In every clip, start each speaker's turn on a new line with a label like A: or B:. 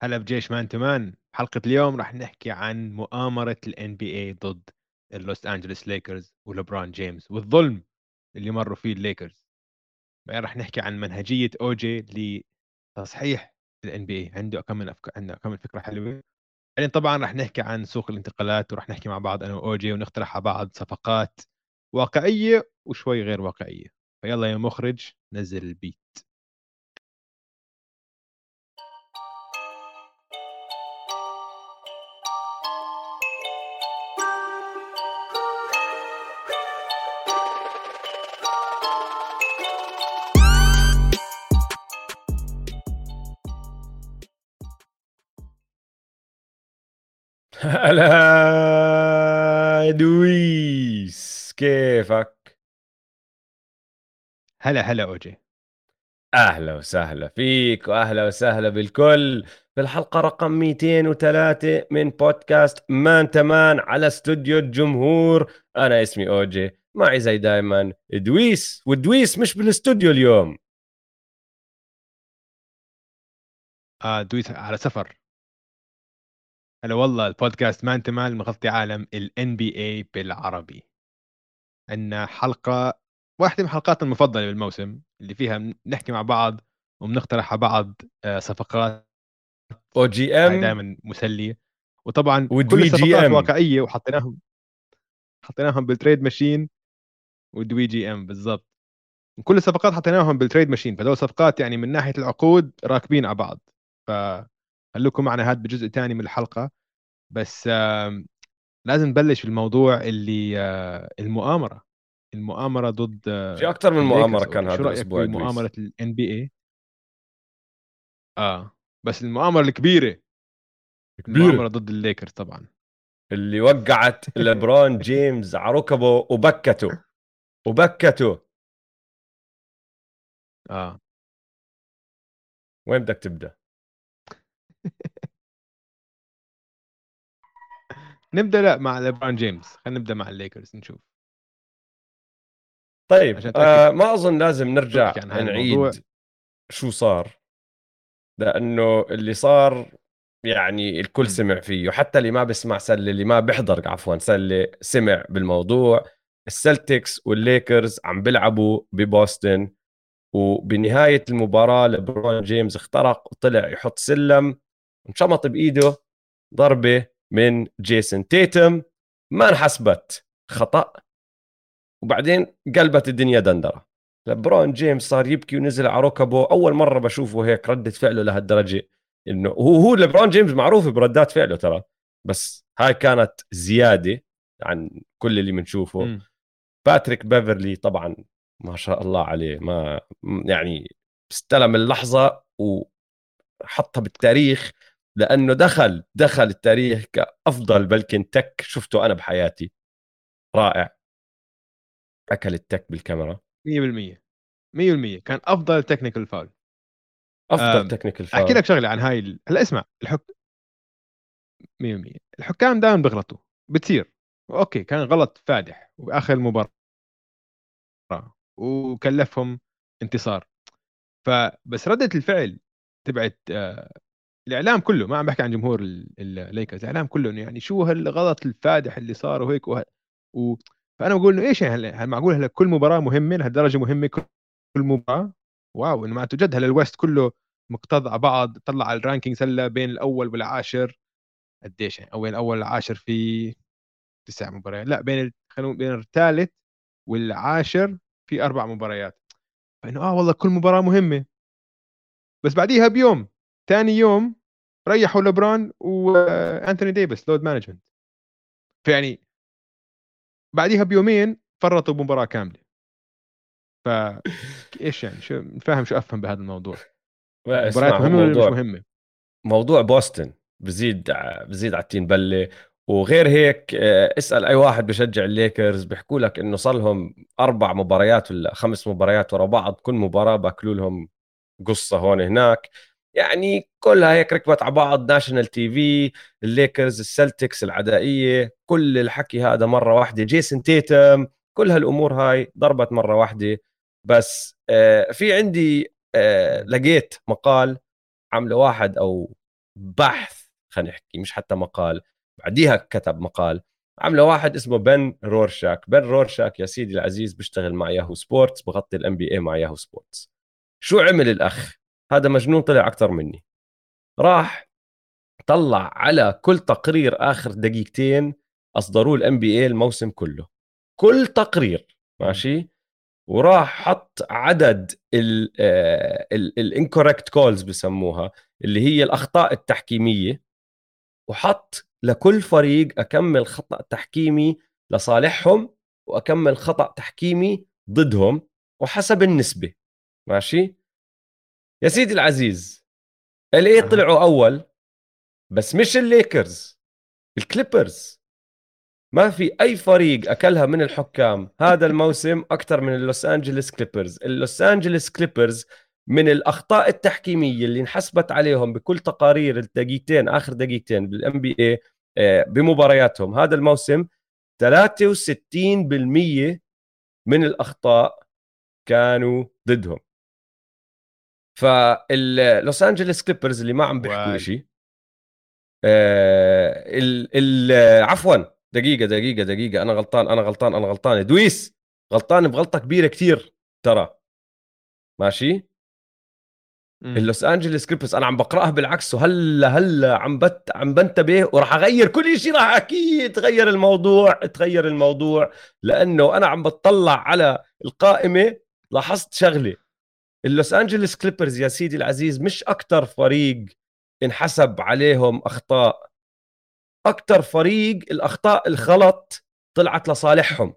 A: هلا بجيش مان تمان. حلقة اليوم راح نحكي عن مؤامرة ال NBA ضد اللوس أنجلوس ليكرز ولبران جيمس والظلم اللي مروا فيه الليكرز. بعدين راح نحكي عن منهجية أوجي لتصحيح ال NBA. عنده كم من فكرة حلوة. بعدين طبعا راح نحكي عن سوق الانتقالات، وراح نحكي مع بعض أنا وأوجي ونقترح على بعض صفقات واقعية وشوي غير واقعية. فيلا يا مخرج نزل البيت.
B: هلا دويس، كيفك؟
A: هلا هلا أوجي.
B: أهلا وسهلا فيك وأهلا وسهلا بالكل في الحلقة رقم 203 من بودكاست مان تمان على استوديو الجمهور. أنا اسمي أوجي، معي زي دايما دويس، والدويس مش بالاستوديو اليوم.
A: دويس على سفر. هلا والله، البودكاست مان تمال مغطي عالم ال NBA بالعربي. عندنا حلقة واحدة من حلقاتنا المفضلة بالموسم، اللي فيها نحكي مع بعض وبنقترح على بعض صفقات.
B: أو جي
A: هاي
B: أم
A: دائما مسلية. وطبعا كل
B: ودوي جي
A: الصفقات
B: أم.
A: واقعية، حطيناهم بالتريد ماشين. ودوي جي ام بالضبط. كل الصفقات حطيناهم بالتريد ماشين، فدول صفقات يعني من ناحية العقود راكبين على بعض. فخلوكم معنا هاد بجزء تاني من الحلقة. بس لازم نبلش بالموضوع اللي المؤامرة ضد
B: في أكثر من مؤامرة
A: الليكرز.
B: كان
A: اوجي، شو
B: هذا
A: رأيك
B: الأسبوع
A: بمؤامرة
B: دويس.
A: ال NBA؟ بس المؤامرة الكبيرة،
B: كبيرة،
A: المؤامرة ضد الليكرز طبعا.
B: اللي وقعت لبرون جيمس على ركبه وبكته.
A: اه
B: وين بدك تبدأ؟
A: نبدأ لا مع ليبرون جيمس، خلينا نبدأ مع الليكرز نشوف
B: طيب،
A: عشان أتأكد
B: ما أظن لازم
A: شو
B: نرجع
A: نحكي عن هذا الموضوع.
B: نعيد شو صار، لأنه اللي صار يعني الكل
A: مم.
B: سمع فيه، حتى اللي ما بسمع سلة، اللي ما بيحضر عفوا سلة، سمع بالموضوع. السلتكس والليكرز عم بيلعبوا ببوسطن، وبنهاية المباراة لبرون جيمس اخترق وطلع يحط سلم، انشمط بإيده ضربة من جيسون تيتم، ما انحسبت خطأ، وبعدين قلبت الدنيا دندرة. لبرون جيمس صار يبكي ونزل على ركبه. أول مرة بشوفه هيك ردة فعله لهالدرجة، إنه هو لبرون جيمس معروف بردات فعله ترى، بس هاي كانت زيادة عن كل اللي بنشوفه.
A: مم.
B: باتريك بيفرلي طبعا ما شاء الله عليه، ما يعني استلم اللحظة وحطها بالتاريخ، لأنه دخل التاريخ كأفضل بلكن تك شفته أنا بحياتي. رائع، أكل التك بالكاميرا.
A: 100%. 100% كان أفضل تكنيكال فاول.
B: افضل تكنيكال
A: أحكي
B: فاول.
A: لك شغلة عن هاي هلا اسمع 100%. الحكام دائما بيغلطوا، بتصير. اوكي، كان غلط فادح وباخر المباراة وكلفهم انتصار. فبس ردة الفعل تبعت الاعلام كله، ما عم بحكي عن جمهور الليكرز، الاعلام كله انه يعني شو هالغلط الفادح اللي صار وهيك و... فانا بقول انه ايش يعني هل معقول هلا كل مباراة مهمة لهالدرجة مهمة؟ كل مباراة. واو، انه معناته جد هلا الويست كله مقتضى على بعض. طلع على الرانكينجز هلا بين الاول والعاشر قديش يعني. اول العاشر في 9 مباريات، لا خلينا نقول بين الثالث والعاشر في 4 مباريات. فانه والله كل مباراة مهمة. بس بعديها بيوم، ثاني يوم، ريحوا لبران وانتوني ديفيس لود مانجمنت. فيعني بعديها بيومين فرطوا بمباراة كاملة. ف ايش يعني، شو فاهم، شو افهم بهذا الموضوع؟
B: اسمع،
A: المباريات
B: هو
A: مهمة ولا مش
B: موضوع
A: مهمة؟
B: بوسطن بزيد على التين بله. وغير هيك، اسأل أي واحد بشجع الليكرز بيحكوا لك إنه صار لهم 4 مباريات ولا 5 مباريات ورا بعض، كل مباراة باكلوا لهم قصة هون هناك، يعني كلها هيك ركبت على بعض. ناشونال تي في، الليكرز، السلتكس العدائية، كل الحكي هذا مرة واحدة، جيسون تيتم، كل هالأمور هاي ضربت مرة واحدة. بس في عندي،
A: مم.
B: لقيت مقال عامله واحد او بحث، خلينا نحكي مش حتى مقال، بعديها كتب مقال، عمله واحد اسمه بن رورشاك. بن رورشاك يا سيدي العزيز بيشتغل مع ياهو سبورتس، بغطي الام بي اي مع ياهو سبورتس. شو عمل الاخ هذا؟ مجنون، طلع اكثر مني. راح طلع على كل تقرير اخر دقيقتين اصدروه الام بي اي الموسم كله، كل تقرير
A: مم.
B: ماشي. وراح حط عدد الانكوركت كولز بسموها، اللي هي الاخطاء التحكيميه، وحط لكل فريق اكمل خطا تحكيمي لصالحهم واكمل خطا تحكيمي ضدهم، وحسب النسبه. ماشي يا سيدي العزيز، الايه
A: أها.
B: طلعوا اول، بس مش الليكرز، الكليبرز. ما في اي فريق اكلها من الحكام هذا الموسم اكثر من اللوس انجلوس كليبرز. اللوس انجلوس كليبرز من الاخطاء التحكيميه اللي انحسبت عليهم بكل تقارير الدقيقتين، اخر دقيقتين بالان بي اي بمبارياتهم هذا الموسم، 63% من الاخطاء كانوا ضدهم. فاللوس انجلوس كليبرز اللي ما عم بيحكوا
A: وال
B: إشي، عفوا، دقيقة، أنا غلطان دويس، غلطان بغلطة كبيرة كتير ترى. ماشي،
A: مم.
B: اللوس أنجلوس كليبرز أنا عم بقرأها بالعكس، وهلا عم بنتبه، وراح أغير كل شيء، راح أكيد تغير الموضوع، لأنه أنا عم بتطلع على القائمة، لاحظت شغلة. اللوس أنجلوس كليبرز يا سيدي العزيز مش أكتر فريق انحسب عليهم أخطاء، اكثر فريق الاخطاء الغلط طلعت لصالحهم.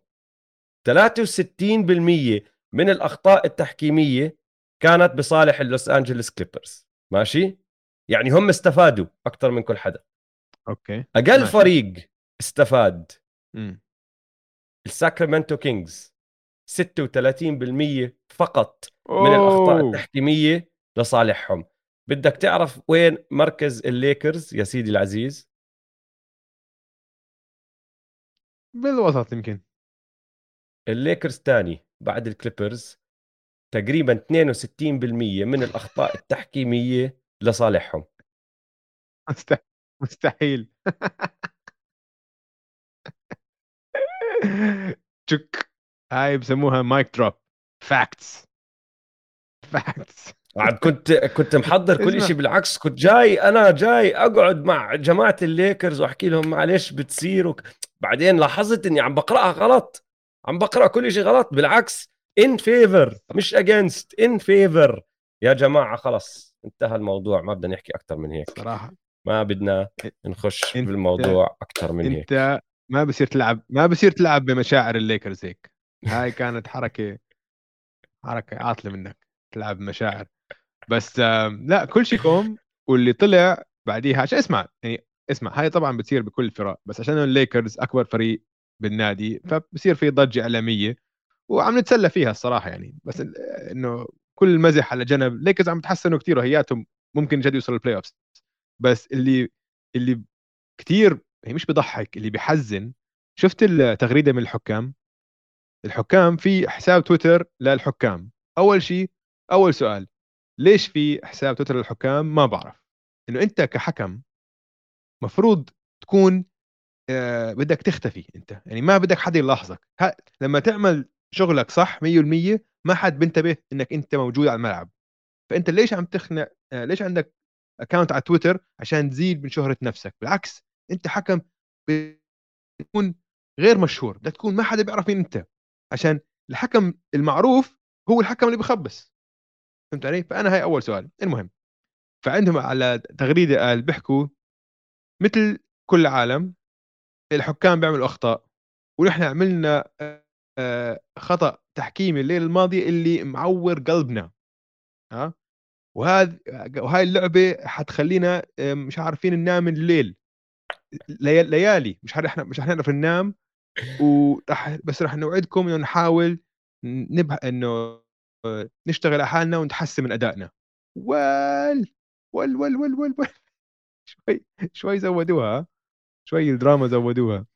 B: 63% من الاخطاء التحكيميه كانت بصالح اللوس انجلوس كليبرز. ماشي، يعني هم استفادوا اكثر من كل حدا.
A: اوكي.
B: اقل
A: ماشي.
B: فريق استفاد
A: مم.
B: الساكرامنتو كينجز، 36% فقط من الاخطاء
A: اوه.
B: التحكيميه لصالحهم. بدك تعرف وين مركز الليكرز يا سيدي العزيز؟
A: بالوسط يمكن.
B: الليكرز تاني بعد الكليبرز، تقريبا 62% من الأخطاء التحكيمية لصالحهم.
A: مست- مستحيل. تشك. هاي بسموها مايك دروب. فاكتس. فاكتس.
B: عاد كنت محضر كل
A: اسمع.
B: شيء بالعكس، كنت جاي اقعد مع جماعة الليكرز واحكي لهم معلش بتصير بعدين لاحظت اني عم بقراها غلط، عم بقرا كل شيء غلط. بالعكس، in favor مش against، in favor. يا جماعة خلص انتهى الموضوع، ما بدنا نحكي اكثر من هيك،
A: صراحة.
B: ما بدنا نخش
A: انت
B: بالموضوع اكثر من هيك.
A: انت ما بصير تلعب بمشاعر الليكرز هيك. هاي كانت حركة عاطلة منك، تلعب بمشاعر. بس لا، كل شيء كوم. واللي طلع بعديها عشان اسمع يعني، اسمع، هاي طبعا بتصير بكل الفرق، بس عشان الليكرز اكبر فريق بالنادي فبصير في ضجة إعلامية، وعم نتسلى فيها الصراحة يعني. بس انه كل المزح على جنب، الليكرز عم تحسنوا كثير وهياتهم ممكن جد يوصلوا البلاي اوفز. بس اللي كثير، هي مش بضحك، اللي بحزن، شفت التغريدة من الحكام في حساب تويتر للحكام. اول شيء، اول سؤال: ليش في حساب تويتر للحكام؟ ما بعرف. انه انت كحكم مفروض تكون بدك تختفي انت، يعني ما بدك حدا يلاحظك. لما تعمل شغلك صح 100%، ما حد بينتبه انك انت موجود على الملعب. فانت ليش عم تخنق؟ ليش عندك اكونت على تويتر؟ عشان تزيد من شهرة نفسك. بالعكس، انت حكم بتكون غير مشهور، بدك تكون ما حدا بيعرف مين انت، عشان الحكم المعروف هو الحكم اللي بخبص. فهمت علي؟ فانا هاي اول سؤال. المهم، فعندهم على تغريده قال بيحكوا مثل كل عالم الحكام بيعملوا اخطاء، ونحن عملنا خطأ تحكيمي الليله الماضيه اللي معور قلبنا. ها، وهاي اللعبه حتخلينا مش عارفين ننام الليل، ليالي مش رح نعرف ننام. بس رح نوعدكم انه نحاول انه نشتغل على حالنا ونحسن من ادائنا. وال وال شوي شوي زودوها، شوي الدراما زودوها.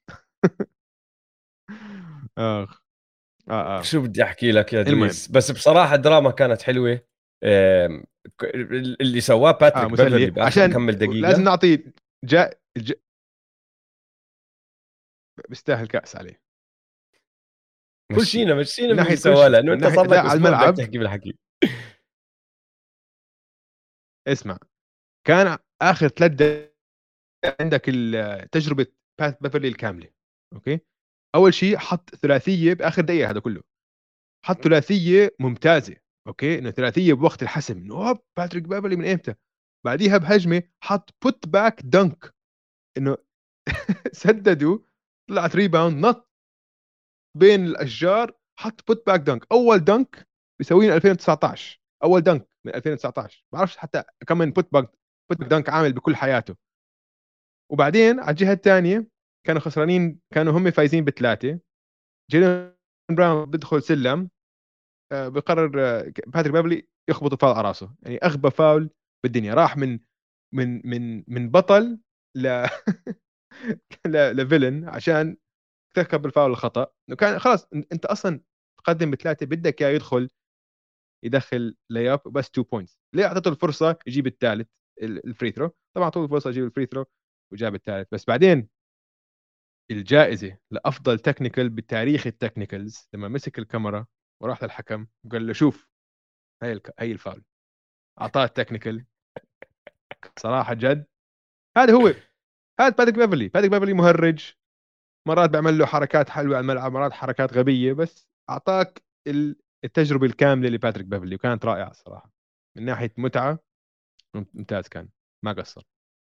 A: اخ. اه.
B: شو بدي احكي لك يا
A: المهم.
B: دويس، بس بصراحة الدراما كانت حلوة. آم، اللي سواه باتريك بيفرلي
A: مسلي
B: باخر
A: عشان
B: كم
A: لازم
B: دقيقه.
A: نعطي جاء بيستاهل كأس عليه كل شيء،
B: مشينا
A: من
B: باللي
A: ناحيه كل
B: سواه،
A: شيء،
B: لانه
A: من
B: انت
A: ناحيه
B: صار
A: اداء
B: لك
A: على
B: اسبوع بدك
A: الملعب.
B: تحكي بالحكي.
A: اسمع، كان اخر 3 دقائق عندك تجربه بات بيفرلي الكامله. اوكي، اول شيء حط ثلاثيه باخر دقيقه، هذا كله حط ثلاثيه ممتازه. اوكي، انه ثلاثيه بوقت الحسم، انه هوب باتريك بيفرلي من امتى. بعديها بهجمه حط بوت باك دنك، انه سددوا، طلعت ريباوند، نط بين الاشجار، حط بوت باك دنك، اول دنك بيسويه 2019، اول دنك من 2019، ما بعرفش حتى كم من بوت باك دنك عامل بكل حياته. وبعدين على الجهه الثانيه كانوا خسرانين، كانوا هم فايزين ب3. جيلين براون بدخل سلم، بقرر باتريك بيفرلي يخبط الفاول على راسه، يعني اغبى فاول بالدنيا، راح من بطل ل لفيلن عشان ارتكب الفاول الخطا. انه كان خلاص، انت اصلا تقدم ب3، بدك اياه يدخل يدخل لياب بس 2 بوينتس، ليه اعطيته الفرصه يجيب الثالث، الفري ثرو. طبعا اعطوه الفرصه يجيب الفري ثرو وجاب الثالث. بس بعدين الجائزه لافضل تكنيكال بتاريخ التكنيكالز لما مسك الكاميرا وراح للحكم وقال له شوف، هي الفاول، اعطاه التكنيكال. صراحه جد، هذا هو، هذا باتريك بيفرلي مهرج، مرات بيعمل له حركات حلوه على الملعب، مرات حركات غبيه، بس اعطاك التجربه الكامله لباتريك بيفرلي، وكانت رائعه الصراحه من ناحيه متعه. ممتاز كان، ما قصر.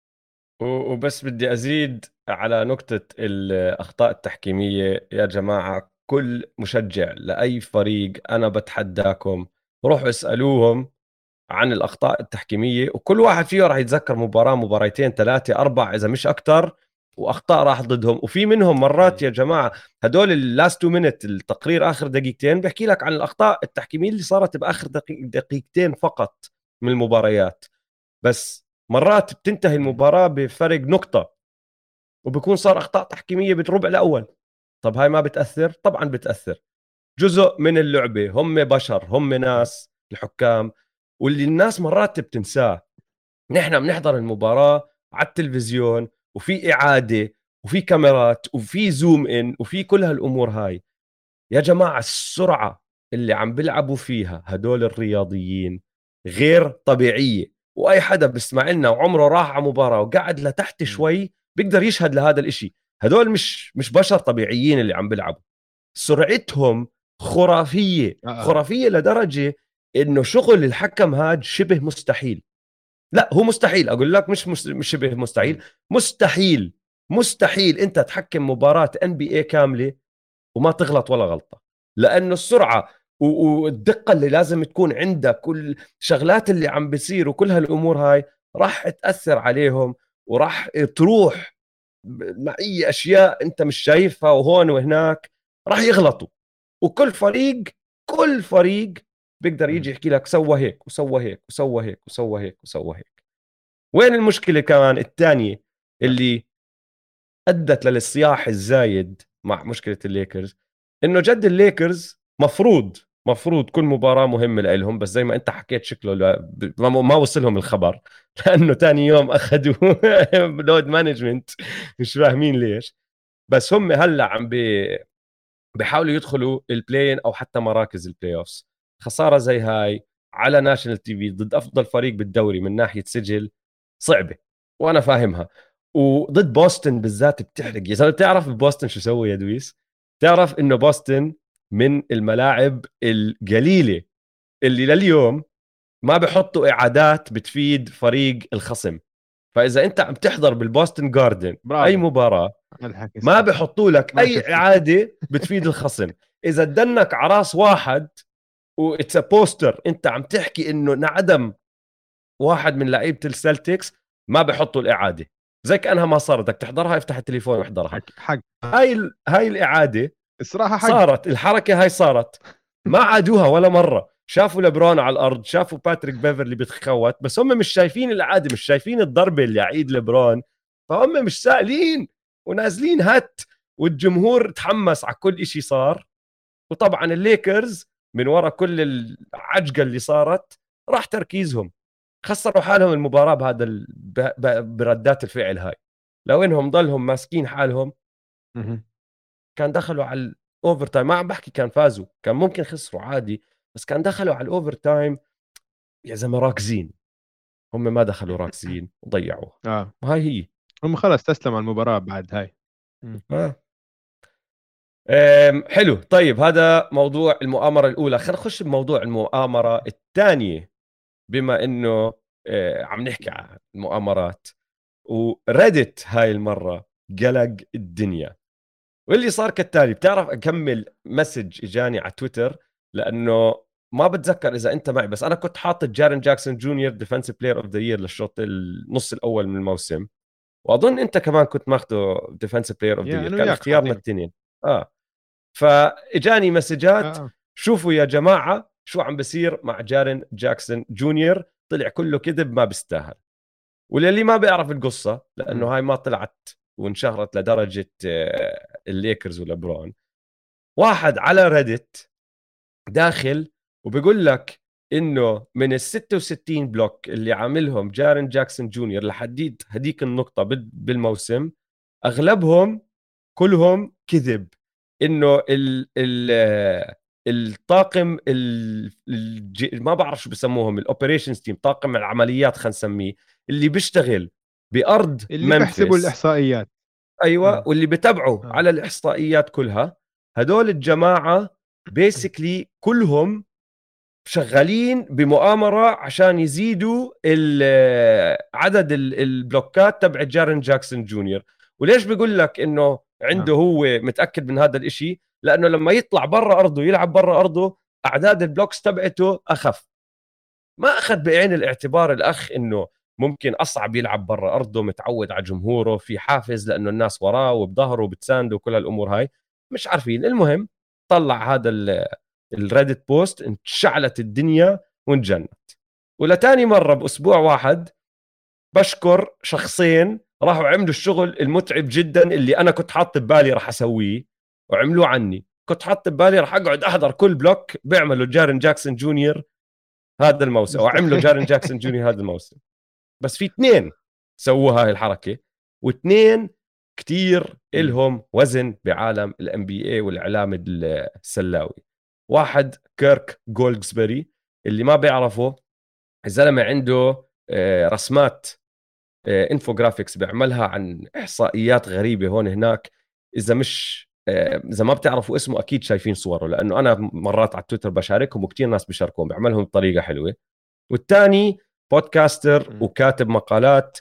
B: وبس بدي أزيد على نقطة الأخطاء التحكيمية. يا جماعة، كل مشجع لأي فريق أنا بتحداكم روحوا اسألوهم عن الأخطاء التحكيمية، وكل واحد فيهم راح يتذكر مباراة، مباراتين، 3، 4 إذا مش أكتر، وأخطاء راح ضدهم. وفي منهم مرات
A: مم.
B: يا جماعة هدول اللاست 2 مينت، التقرير آخر دقيقتين، بحكي لك عن الأخطاء التحكيمية اللي صارت بآخر دقيقتين فقط من المباريات. بس مرات بتنتهي
A: مم.
B: المباراة بفرق نقطة، وبكون صار أخطاء تحكيمية بالربع الأول. طب هاي ما بتأثر؟ طبعا بتأثر، جزء من اللعبة، هم بشر، هم
A: صح.
B: ناس الحكام. واللي الناس مرات بتنساه، نحن بنحضر المباراة على التلفزيون، وفي إعادة، وفي كاميرات، وفي زوم إن، وفي كل هالأمور هاي. يا جماعة، السرعة اللي عم بيلعبوا فيها هدول الرياضيين غير طبيعية. وأي حدا بيسمع لنا وعمره راح على مباراة وقعد لتحت
A: مم.
B: شوي بيقدر يشهد لهذا الإشي. هدول مش بشر طبيعيين اللي عم بيلعبوا. سرعتهم خرافية،
A: آه.
B: خرافية لدرجة إنه شغل الحكم هاد شبه مستحيل. لا، هو مستحيل، أقول لك مش شبه مستحيل،
A: مم.
B: مستحيل. مستحيل أنت تحكم مباراة NBA كاملة وما تغلط ولا غلطة، لأنه السرعة والدقة اللي لازم تكون عندك، كل شغلات اللي عم بيصير وكل هالأمور هاي راح تأثر عليهم، وراح تروح مع أي أشياء أنت مش شايفها، وهون وهناك راح يغلطوا. وكل فريق، كل فريق بيقدر
A: مم.
B: يجي يحكي لك سوى هيك وسوى هيك وسوى هيك وسوى هيك وسوى هيك. وين المشكلة كمان الثانية اللي ادت للصياح الزايد مع مشكله الليكرز؟ انه جد الليكرز مفروض كل مباراه مهمه لهم، بس زي ما انت حكيت شكله ما وصلهم الخبر لانه تاني يوم اخذوا لود مانجمنت، مش فاهمين ليش. بس هم هلا بيحاولوا يدخلوا البلاين او حتى مراكز البلاي اوفز. خساره زي هاي على ناشونال تي في ضد افضل فريق بالدوري من ناحيه سجل صعبه، وانا فاهمها. وضد بوسطن بالذات بتحرق يا زلمه. بتعرف بوسطن شو سوى يا دويس؟ تعرف انه بوسطن من الملاعب القليله اللي لليوم ما بحطوا اعادات بتفيد فريق الخصم. فاذا انت عم تحضر بالبوسطن جاردن اي
A: برافو،
B: مباراه،
A: هذا الحكي
B: ما
A: صح،
B: بحطوا لك
A: ما
B: اي
A: شفته.
B: اعاده بتفيد الخصم. اذا تدنك على راس واحد واتس بوستر، انت عم تحكي انه انعدم واحد من لعيبه السلتكس، ما بحطوا الاعاده. زي كانها ما صارت، بدك تحضرها افتح التليفون واحضرها.
A: حق.
B: هاي الاعاده
A: الصراحه حق.
B: صارت، الحركه هاي صارت، ما عادوها ولا مره. شافوا لبرون على الارض، شافوا باتريك بيفرلي بيتخوت، بس هم مش شايفين الاعاده، مش شايفين الضربه اللي عيد لبرون. فهم مش سائلين ونازلين هات. والجمهور تحمس على كل إشي صار. وطبعا الليكرز من وراء كل العجقه اللي صارت راح تركيزهم، خسروا حالهم المباراه بهذا بردات الفعل هاي. لو انهم ضلهم ماسكين حالهم كان دخلوا على الاوفر تايم. ما عم بحكي كان فازوا، كان ممكن خسروا عادي، بس كان دخلوا على الاوفر تايم يا زلمه راكزين. هم ما دخلوا راكزين وضيعوها.
A: اه
B: وهاي هي.
A: هم خلص تسلموا على المباراة بعد هاي. مم.
B: آه. حلو. طيب هذا موضوع المؤامرة الأولى. خلينا نخش بموضوع المؤامرة الثانية، بما إنه عم نحكي عن المؤامرات. وريدت هاي المرة قلق الدنيا. واللي صار كالتالي، بتعرف أكمل مسج إجاني على تويتر، لأنه ما بتذكر إذا أنت معي، بس أنا كنت حاطط جارين جاكسون جونيور ديفنسيف بلاير أوف ذا يير للشوط النص الأول من الموسم، وأظن أنت كمان كنت ماخده ديفنسيف بلاير أوف ذا
A: يا
B: يير،
A: انا
B: كان
A: وياك
B: اختيارنا
A: حاطينه.
B: التنين. فاجاني مسجات:
A: اه
B: شوفوا يا جماعه شو عم بصير مع جارين جاكسون جونيور، طلع كله كذب، ما بيستاهل. وللي ما بيعرف القصه، لانه
A: مم.
B: هاي ما طلعت وانشهرت لدرجه الليكرز ولبرون، واحد على ريدت داخل وبيقول لك انه من ال 66 بلوك اللي عاملهم جارين جاكسون جونيور لحديت هديك النقطه بالموسم، اغلبهم كلهم كذب. انه الطاقم ما بعرف شو بسموهم، الاوبريشنز تيم، طاقم العمليات خلينا نسميه، اللي بيشتغل بارض
A: اللي بيحسبوا
B: منفس.
A: الاحصائيات.
B: ايوه،
A: اه
B: واللي بتابعوا
A: اه
B: على الاحصائيات كلها. هدول الجماعه بيسكلي كلهم شغالين بمؤامره عشان يزيدوا عدد البلوكات تبع جارين جاكسون جونيور. وليش بيقول لك انه عنده
A: اه
B: هو متاكد من هذا الاشي؟ لانه لما يطلع برا ارضه يلعب برا ارضه اعداد البلوكس تبعته اخف. ما اخذ بعين الاعتبار الاخ انه ممكن اصعب يلعب برا ارضه، متعود على جمهوره، في حافز لانه الناس وراه وبظهره وبتسانده وكل هالامور هاي. مش عارفين. المهم طلع هذا الريدت بوست، انشعلت الدنيا وانجنت. ولتاني مرة بأسبوع واحد بشكر شخصين راحوا عملوا الشغل المتعب جدا اللي أنا كنت حاط ببالي راح أسويه، وعملوه عني. كنت حاط ببالي راح أقعد أحضر كل بلوك بيعملوا جارين جاكسون جونيور هذا الموسم، أو عملوا
A: مستحيل.
B: جارين جاكسون جونيور هذا الموسم. بس في اثنين سووا هاي الحركة، واثنين كتير
A: مم.
B: إلهم وزن بعالم الام بي اي والإعلام السلاوي. واحد كيرك جولدسبري، اللي ما بيعرفه، الزلمة عنده رسمات انفوجرافيكس بيعملها عن احصائيات غريبة هون هناك. اذا مش اذا ما بتعرفوا اسمه اكيد شايفين صوره، لانه انا مرات على تويتر بشاركهم وكتير ناس بيشاركون، بيعملهم بطريقة حلوة. والثاني بودكاستر
A: مم.
B: وكاتب مقالات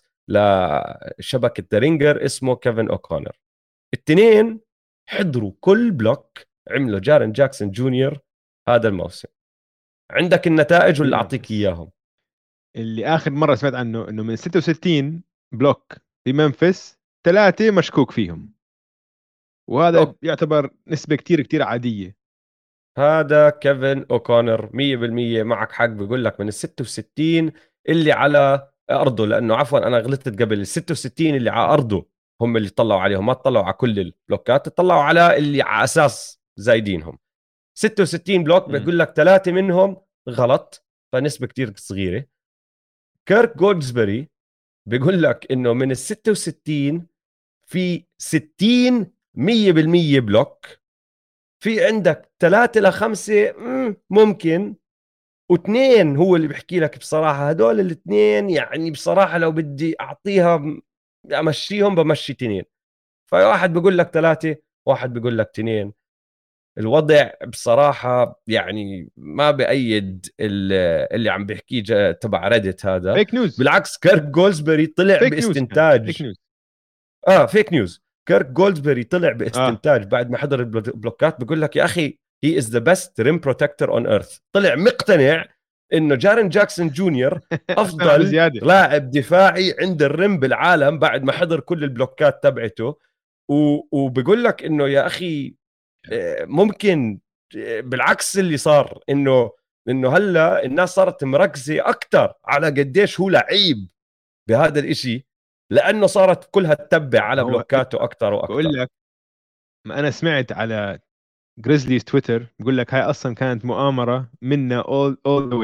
B: لشبكة ذا رينجر اسمه كيفن أوكونر. التنين حضروا كل بلوك عمله جارين جاكسون جونيور هذا الموسم. عندك النتائج ولا أعطيك
A: بمنفس.
B: إياهم؟
A: اللي اخر مره سمعت عنه انه من 66 بلوك في منفس ثلاثه مشكوك فيهم، وهذا
B: أوك.
A: يعتبر نسبه كتير كتير عاديه.
B: هذا كيفن أوكونر 100% معك حق. بيقول لك من ال 66 اللي على أرضه، لأنه عفوا أنا غلطت قبل، ال 66 اللي على أرضه هم اللي طلعوا عليهم، ما طلعوا على كل البلوكات، طلعوا على اللي على أساس زايدينهم. 66 بلوك
A: مم.
B: بيقول لك ثلاثة منهم غلط، فنسبة كتير صغيرة. كيرك جولدسبري بيقول لك انه من ال 66 في 60 100% بلوك. في عندك 3 ل 5 ممكن، واثنين هو اللي بحكي لك بصراحة. هدول الاثنين يعني بصراحة لو بدي أعطيها أمشيهم بمشي اثنين. فواحد بيقول لك 3، واحد بيقول لك 2. الوضع بصراحة يعني ما بأيد اللي عم بيحكيه تبع ريدت هذا.
A: فيك نيوز.
B: بالعكس كيرك جولدسبري طلع
A: فيك نيوز كان فيك
B: باستنتاج.
A: نيوز.
B: فيك نيوز. كيرك جولدسبري طلع
A: اه
B: باستنتاج بعد ما حضر البلوكات، بيقول لك يا أخي هي از ذا بيست ريم بروتكتور اون ايرث. طلع مقتنع انه جارين جاكسون جونيور
A: اقتنع
B: افضل
A: بزياده.
B: لاعب دفاعي عند الريم بالعالم بعد ما حضر كل البلوكات تبعته. وبيقول لك انه يا اخي ممكن بالعكس اللي صار انه هلا الناس صارت مركزه اكثر على قديش هو لعيب بهذا الاشي، لانه صارت كلها تتبع على
A: ما هو
B: بلوكاته اكثر
A: بقول
B: واكثر.
A: لك، ما انا سمعت على جريزليز تويتر بقول لك هاي اصلا كانت مؤامره منا all the way.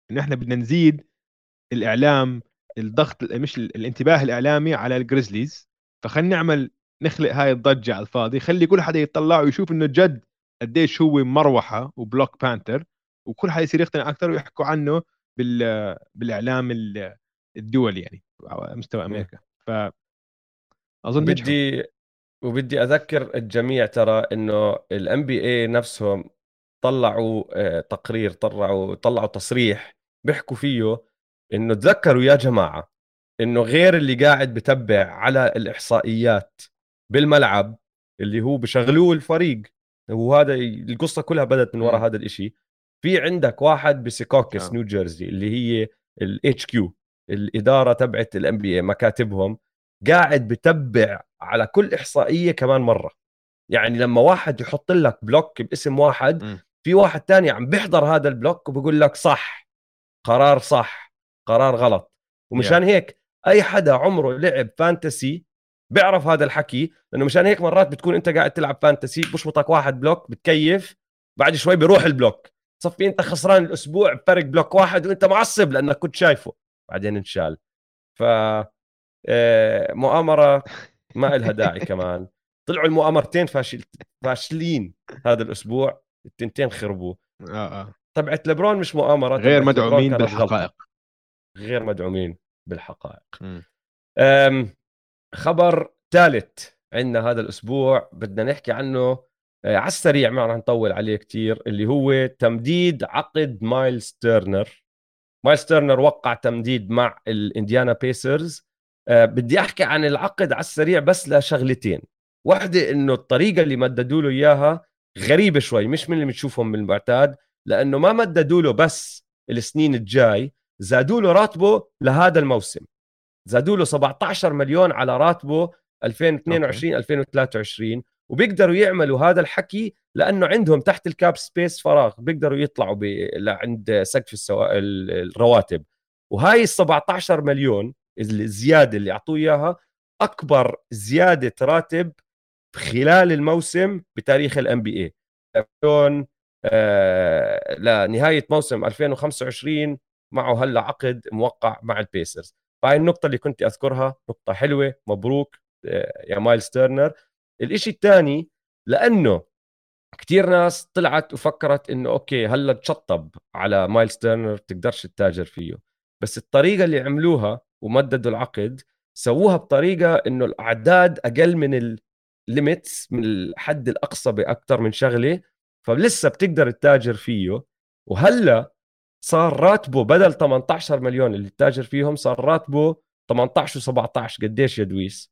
A: انه احنا بدنا نزيد الاعلام، الضغط مش الانتباه الاعلامي على الجريزليز، فخلينا نخلق هاي الضجه على الفاضي، خلي كل حدا يطلع ويشوف انه جد قديش هو مروحه وبلوك بانثر، وكل حدا يصير يقتنع اكثر ويحكوا عنه بالاعلام الدولي يعني على مستوى
B: مم.
A: امريكا. فاظن نجحوا.
B: وبدي اذكر الجميع ترى انه الام بي اي نفسهم طلعوا تقرير، طلعوا تصريح بيحكوا فيه انه تذكروا يا جماعه انه غير اللي قاعد بتبع على الاحصائيات بالملعب اللي هو بشغلوه الفريق، وهذا القصه كلها بدت من
A: امم
B: وراء هذا الاشي. في عندك واحد بسيكوكس
A: اه
B: نيوجيرسي اللي هي الاتش كيو، الاداره تبعت الام بي اي، مكاتبهم، قاعد بتبع على كل احصائيه كمان مره. يعني لما واحد يحط لك بلوك باسم واحد،
A: امم
B: في واحد تاني عم بيحضر هذا البلوك وبيقول لك صح، قرار صح، قرار غلط.
A: يا
B: ومشان هيك اي حدا عمره لعب فانتسي بيعرف هذا الحكي، لانه مشان هيك مرات بتكون انت قاعد تلعب فانتسي بشبطك واحد بلوك بتكيف، بعد شوي بيروح البلوك، صفي انت خسران الاسبوع بفرق بلوك واحد وانت معصب لانك كنت شايفه، بعدين انشال. ف مؤامره ما إلها داعي كمان. طلعوا المؤامرتين فاشلين هذا الاسبوع، التنتين خربوا.
A: اه اه
B: تبعت لبرون مش مؤامره،
A: غير
B: تبعت لبرون
A: مدعومين
B: كانت غلطه،
A: بالحقائق.
B: غير مدعومين بالحقائق.
A: امم
B: أم، خبر ثالث عندنا هذا الأسبوع بدنا نحكي عنه على السريع، ما رح نطول عليه كتير، اللي هو تمديد عقد مايلز تيرنر. مايلز تيرنر وقع تمديد مع الانديانا بيسرز. بدي أحكي عن العقد على السريع بس لشغلتين. واحدة إنه الطريقة اللي مددوا له إياها غريبة شوي، مش من اللي بنشوفهم من المعتاد، لأنه ما مددوا له بس السنين الجاي، زادوا له راتبه لهذا الموسم، زادوا له 17 مليون على راتبه
A: اوكي
B: 2022 2023. وبيقدروا يعملوا هذا الحكي لانه عندهم تحت الكاب سبيس فراغ، بيقدروا يطلعوا لعند سقف الرواتب. وهاي ال 17 مليون الزياده اللي اعطوه اياها اكبر زياده راتب خلال الموسم بتاريخ الام بي اي، مليون لنهايه موسم 2025. معه هلا عقد موقع مع البيسرز. فهاي النقطة اللي كنت أذكرها، نقطة حلوة، مبروك يا مايلز تيرنر. الإشي الثاني، لأنه كتير ناس طلعت وفكرت إنه أوكي هلا تشطب على مايلز تيرنر تقدرش تتاجر فيه، بس الطريقة اللي عملوها ومددوا العقد سووها بطريقة إنه الأعداد أقل من الليميتس، من الحد الأقصى بأكثر من شغلة، فلسه بتقدر تتاجر فيه. وهلا صار راتبه بدل 18 مليون اللي تاجر فيهم، صار راتبه 18 و17. قديش يا دويس؟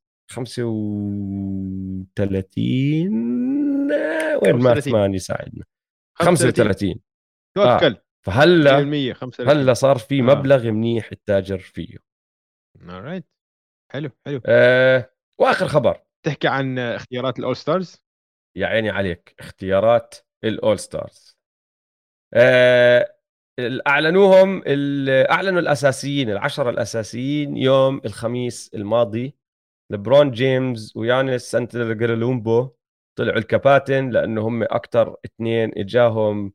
B: 35 وين ماث
A: 35
B: مان يساعدنا؟
A: 35
B: 35.
A: توكل
B: فهلا
A: 100% 35.
B: هلا صار في
A: اه
B: مبلغ منيح التاجر فيه.
A: alright حلو حلو.
B: واخر خبر،
A: تحكي عن اختيارات الاول ستارز.
B: يا عيني عليك، اختيارات الاول ستارز. آه اعلنوهم اعلنوا الاساسيين، العشرة الاساسيين يوم الخميس الماضي. لبرون جيمس ويانس جيرلومبو طلعوا الكباتن، لانه هم اكثر اثنين اجاهم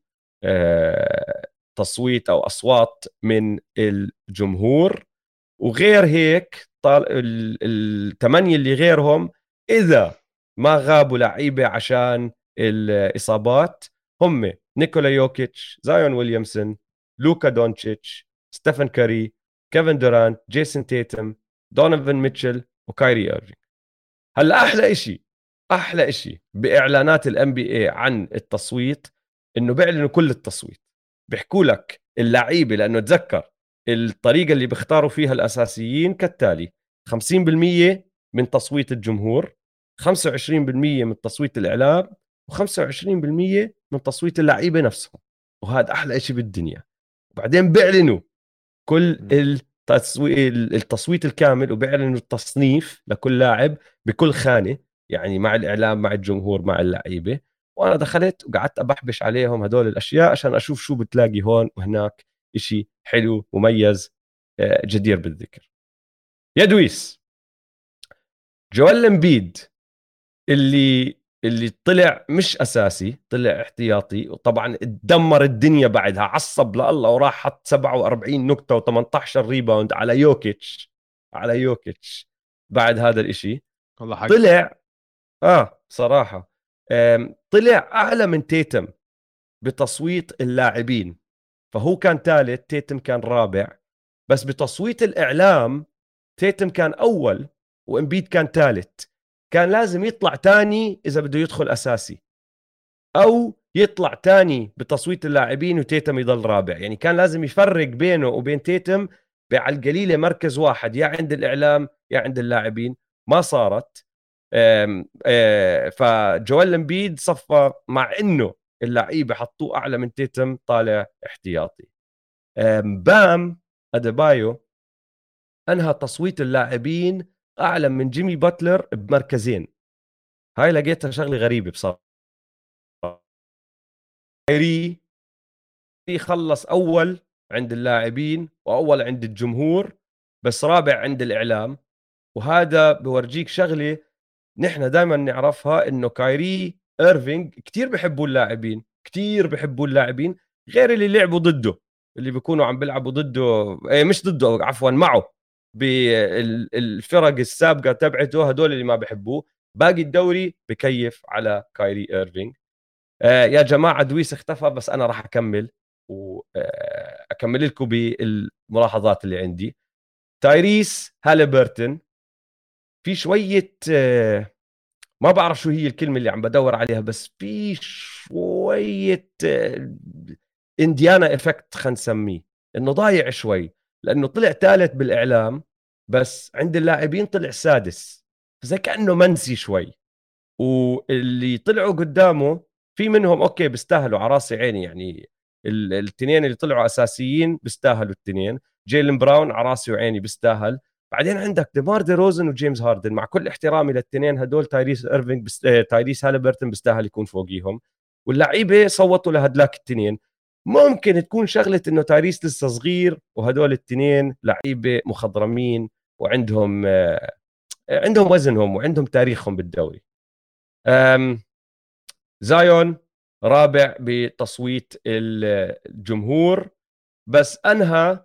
B: تصويت او اصوات من الجمهور. وغير هيك طال الثمانيه اللي غيرهم اذا ما غابوا لعيبه عشان الاصابات، هم نيكولا يوكيتش، زايون ويليامسون، لوكا دونتشيتش، ستيفن كاري، كيفن دورانت، جيسون تيتم، دونيفن ميتشل، وكايري ايرفينج. هلا احلى إشي باعلانات الام بي اي عن التصويت انه بيعلنوا كل التصويت، بيحكوا لك اللعيبه، لانه تذكر الطريقه اللي بيختاروا فيها الاساسيين كالتالي: 50% من تصويت الجمهور، 25% من تصويت الاعلام، و25% من تصويت اللعيبه نفسهم. وهذا احلى إشي بالدنيا. وبعدين بيعلنوا كل التصويت الكامل، وبيعلنوا التصنيف لكل لاعب بكل خانة، يعني مع الإعلام مع الجمهور مع اللعيبة. وأنا دخلت وقعدت أبحبش عليهم هدول الأشياء عشان أشوف شو بتلاقي هون وهناك إشي حلو مميز جدير بالذكر. يا دويس، جوال امبيد اللي اللي طلع مش اساسي، طلع احتياطي، وطبعا دمر الدنيا بعدها، عصب لله وراح حط 47 نقطة و18 ريباوند على يوكيتش، على يوكيتش بعد هذا الاشي.
A: والله حق.
B: طلع صراحة طلع اعلى من تيتم بتصويت اللاعبين، فهو كان ثالث، تيتم كان رابع، بس بتصويت الاعلام تيتم كان اول وامبيد كان ثالث. كان لازم يطلع ثاني اذا بده يدخل اساسي، او يطلع تاني بتصويت اللاعبين وتيتم يضل رابع. يعني كان لازم يفرق بينه وبين تيتم على القليله مركز واحد، يا عند الاعلام يا عند اللاعبين. ما صارت. فجوال امبيد صفى، مع انه اللعيبه حطوه اعلى من تيتم، طالع احتياطي. بام اديبايو انهى تصويت اللاعبين اعلى من جيمي باتلر بمركزين. هاي لقيتها شغله غريبه بصراحه. كايري خلص اول عند اللاعبين واول عند الجمهور، بس رابع عند الاعلام. وهذا بورجيك شغله نحن دائما نعرفها، انه كايري ايرفينج كتير بحبوا اللاعبين، كتير بحبوا اللاعبين، غير اللي لعبوا ضده، اللي بيكونوا عم بيلعبوا ضده، مش ضده عفوا، معه بالفرق السابقه تبعته، هدول اللي ما بحبوه. باقي الدوري بكيف على كايري ايرفينج. يا جماعة دويس اختفى، بس أنا راح أكمل وأكمل لكم بالملاحظات اللي عندي. تايريس هاليبرتون في شوية ما بعرف شو هي الكلمة اللي عم بدور عليها، بس في شوية انديانا افكت خلينا نسميه، انه ضايع شوي، لانه طلع ثالث بالاعلام بس عند اللاعبين طلع سادس، زي كانه منسي شوي. واللي طلعوا قدامه في منهم اوكي بيستاهلوا، على راسي عيني، يعني الاثنين اللي طلعوا اساسيين بيستاهلوا الاثنين. جيلن براون على راسي وعيني بيستاهل. بعدين عندك ديمار دي روزن وجيمس هاردن، مع كل احترامي للاثنين هدول، تايريس ايرفينج تايريس هاليبرتون بيستاهل يكون فوقيهم. واللعيبه صوتوا لهدلاك الاثنين. ممكن تكون شغله انه تايريس لسه صغير، وهدول الاثنين لعيبه مخضرمين وعندهم عندهم وزنهم وعندهم تاريخهم بالدوري. زايون رابع بتصويت الجمهور، بس انهى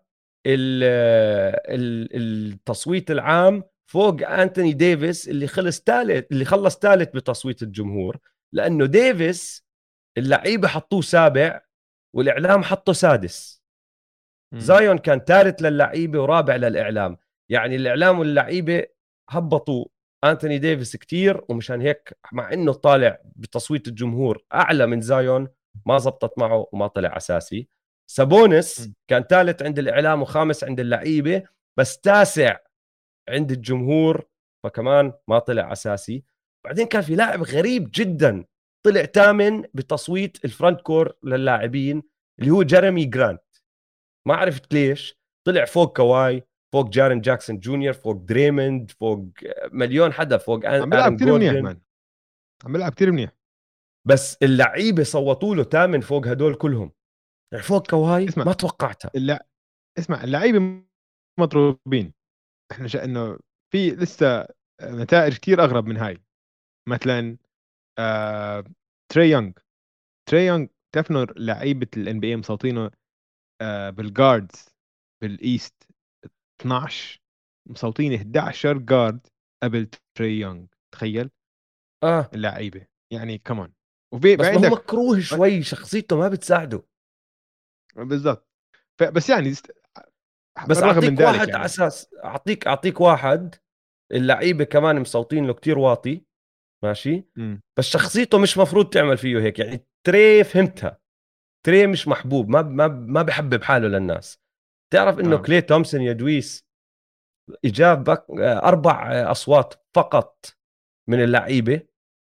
B: التصويت العام فوق انتوني ديفيس اللي خلص ثالث بتصويت الجمهور، لانه ديفيس اللعيبه حطوه سابع والاعلام حطه سادس. زايون كان ثالث للعيبه ورابع للاعلام، يعني الاعلام واللعيبه هبطوا انتوني ديفيس كتير، ومشان هيك مع انه طالع بتصويت الجمهور اعلى من زايون ما زبطت معه وما طلع اساسي. سابونس كان ثالث عند الاعلام وخامس عند اللعيبه، بس تاسع عند الجمهور، فكمان ما طلع اساسي. بعدين كان في لاعب غريب جدا طلع ثامن بتصويت الفرونت كور للاعبين، اللي هو جيريمي جرانت. ما عرفت ليش طلع فوق كواي، فوق جارين جاكسون جونيور، فوق دريموند، فوق مليون حدا، فوق
A: عم بيلعب
B: ارن
A: كثير منيح
B: جوردن.
A: مان، عم بيلعب كثير منيح.
B: بس اللعيبه صوتوا له ثامن فوق هدول كلهم، يعني فوق كواي
A: اسمع،
B: ما توقعتها.
A: اللا اسمع اللعيبه مضروبين. احنا انه في لسه نتائج كثير اغرب من هاي. مثلا آه... تري يونغ. تري يونغ تفنر لعيبه الان بي اي مسوطينه بالجاردز بالايست 12، مسوطين 11 جارد قبل تري يونغ. تخيل
B: اه
A: اللعيبه، يعني كمان. وفي
B: بس ما هو
A: عندك
B: مكروه شوي، شخصيته ما بتساعده.
A: بالضبط. بس يعني
B: بس
A: بالرغم من
B: اعطيك
A: ذلك
B: واحد
A: يعني.
B: اساس، اعطيك واحد اللعيبه كمان مصوتين له كتير واطي، ماشي،
A: امم
B: بس شخصيته مش مفروض تعمل فيه هيك. يعني تري فهمتها، تري مش محبوب، ما بحبب حاله للناس. تعرف انه
A: اه
B: كلي تومسون يا دويس اجاب اربع اصوات فقط من اللعيبه.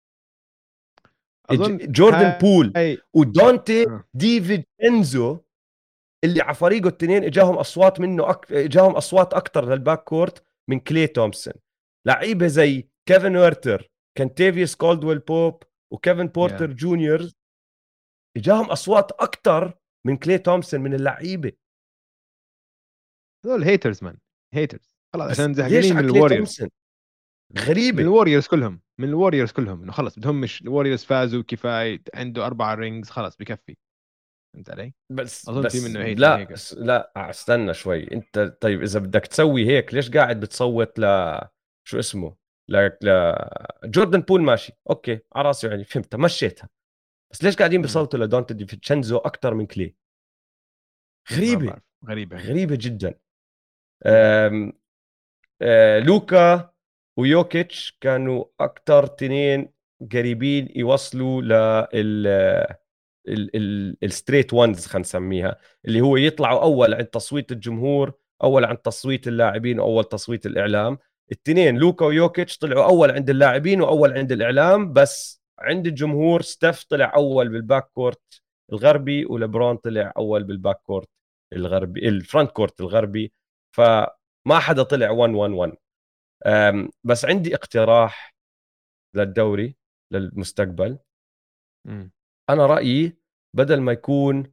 A: اظن
B: جوردن بول
A: هاي
B: ودونتي
A: آه.
B: ديفيد انزو اللي على فريقه الاثنين اجاهم اصوات منه اجاهم اصوات اكثر للباك كورت من كلي تومسون. لعيبه زي كيفن ويرتر، كانتيفيوس كولدويل بوب، وكيفن
A: يا
B: بورتر جونيور اجاهم اصوات اكثر من كلي تومسون من اللعيبه.
A: هذول هيترز مان، هيترز خلاص
B: بس
A: عشان
B: ليش
A: زهقانين
B: على
A: من
B: كلي
A: الوريورز.
B: تومسون؟ غريبه.
A: من الوريورز كلهم انه خلص بدهم، مش الوريورز فازوا كفايه، عنده 4 رينجز خلص بكفي. فهمت علي؟
B: بس
A: اظن في
B: بس
A: منه هيت
B: لا
A: لهيك.
B: لا استنى شوي انت. طيب اذا بدك تسوي هيك ليش قاعد بتصوت شو اسمه جوردن بول؟ ماشي اوكي على راسي يعني فهمتها مشيتها. بس ليش قاعدين
A: امم
B: بيصوتوا لدونتا ديفينشينزو اكثر من كلي؟
A: ما
B: غريبه.
A: بعرف، غريبه هي.
B: غريبه جدا.
A: امم
B: أم... لوكا ويوكيتش كانوا اكثر تنين قريبين يوصلوا الستريت وانز خلينا نسميها، اللي هو يطلعوا اول عند تصويت الجمهور، اول عند تصويت اللاعبين، واول تصويت الاعلام. التنين لوكا ويوكيتش طلعوا اول عند اللاعبين واول عند الاعلام، بس عند الجمهور ستيف طلع اول بالباك كورت الغربي، ولبرون طلع اول بالباك كورت الغربي، الفرونت كورت الغربي. فما حدا طلع 1 1 1. بس عندي اقتراح للدوري للمستقبل.
A: امم
B: انا رايي بدل ما يكون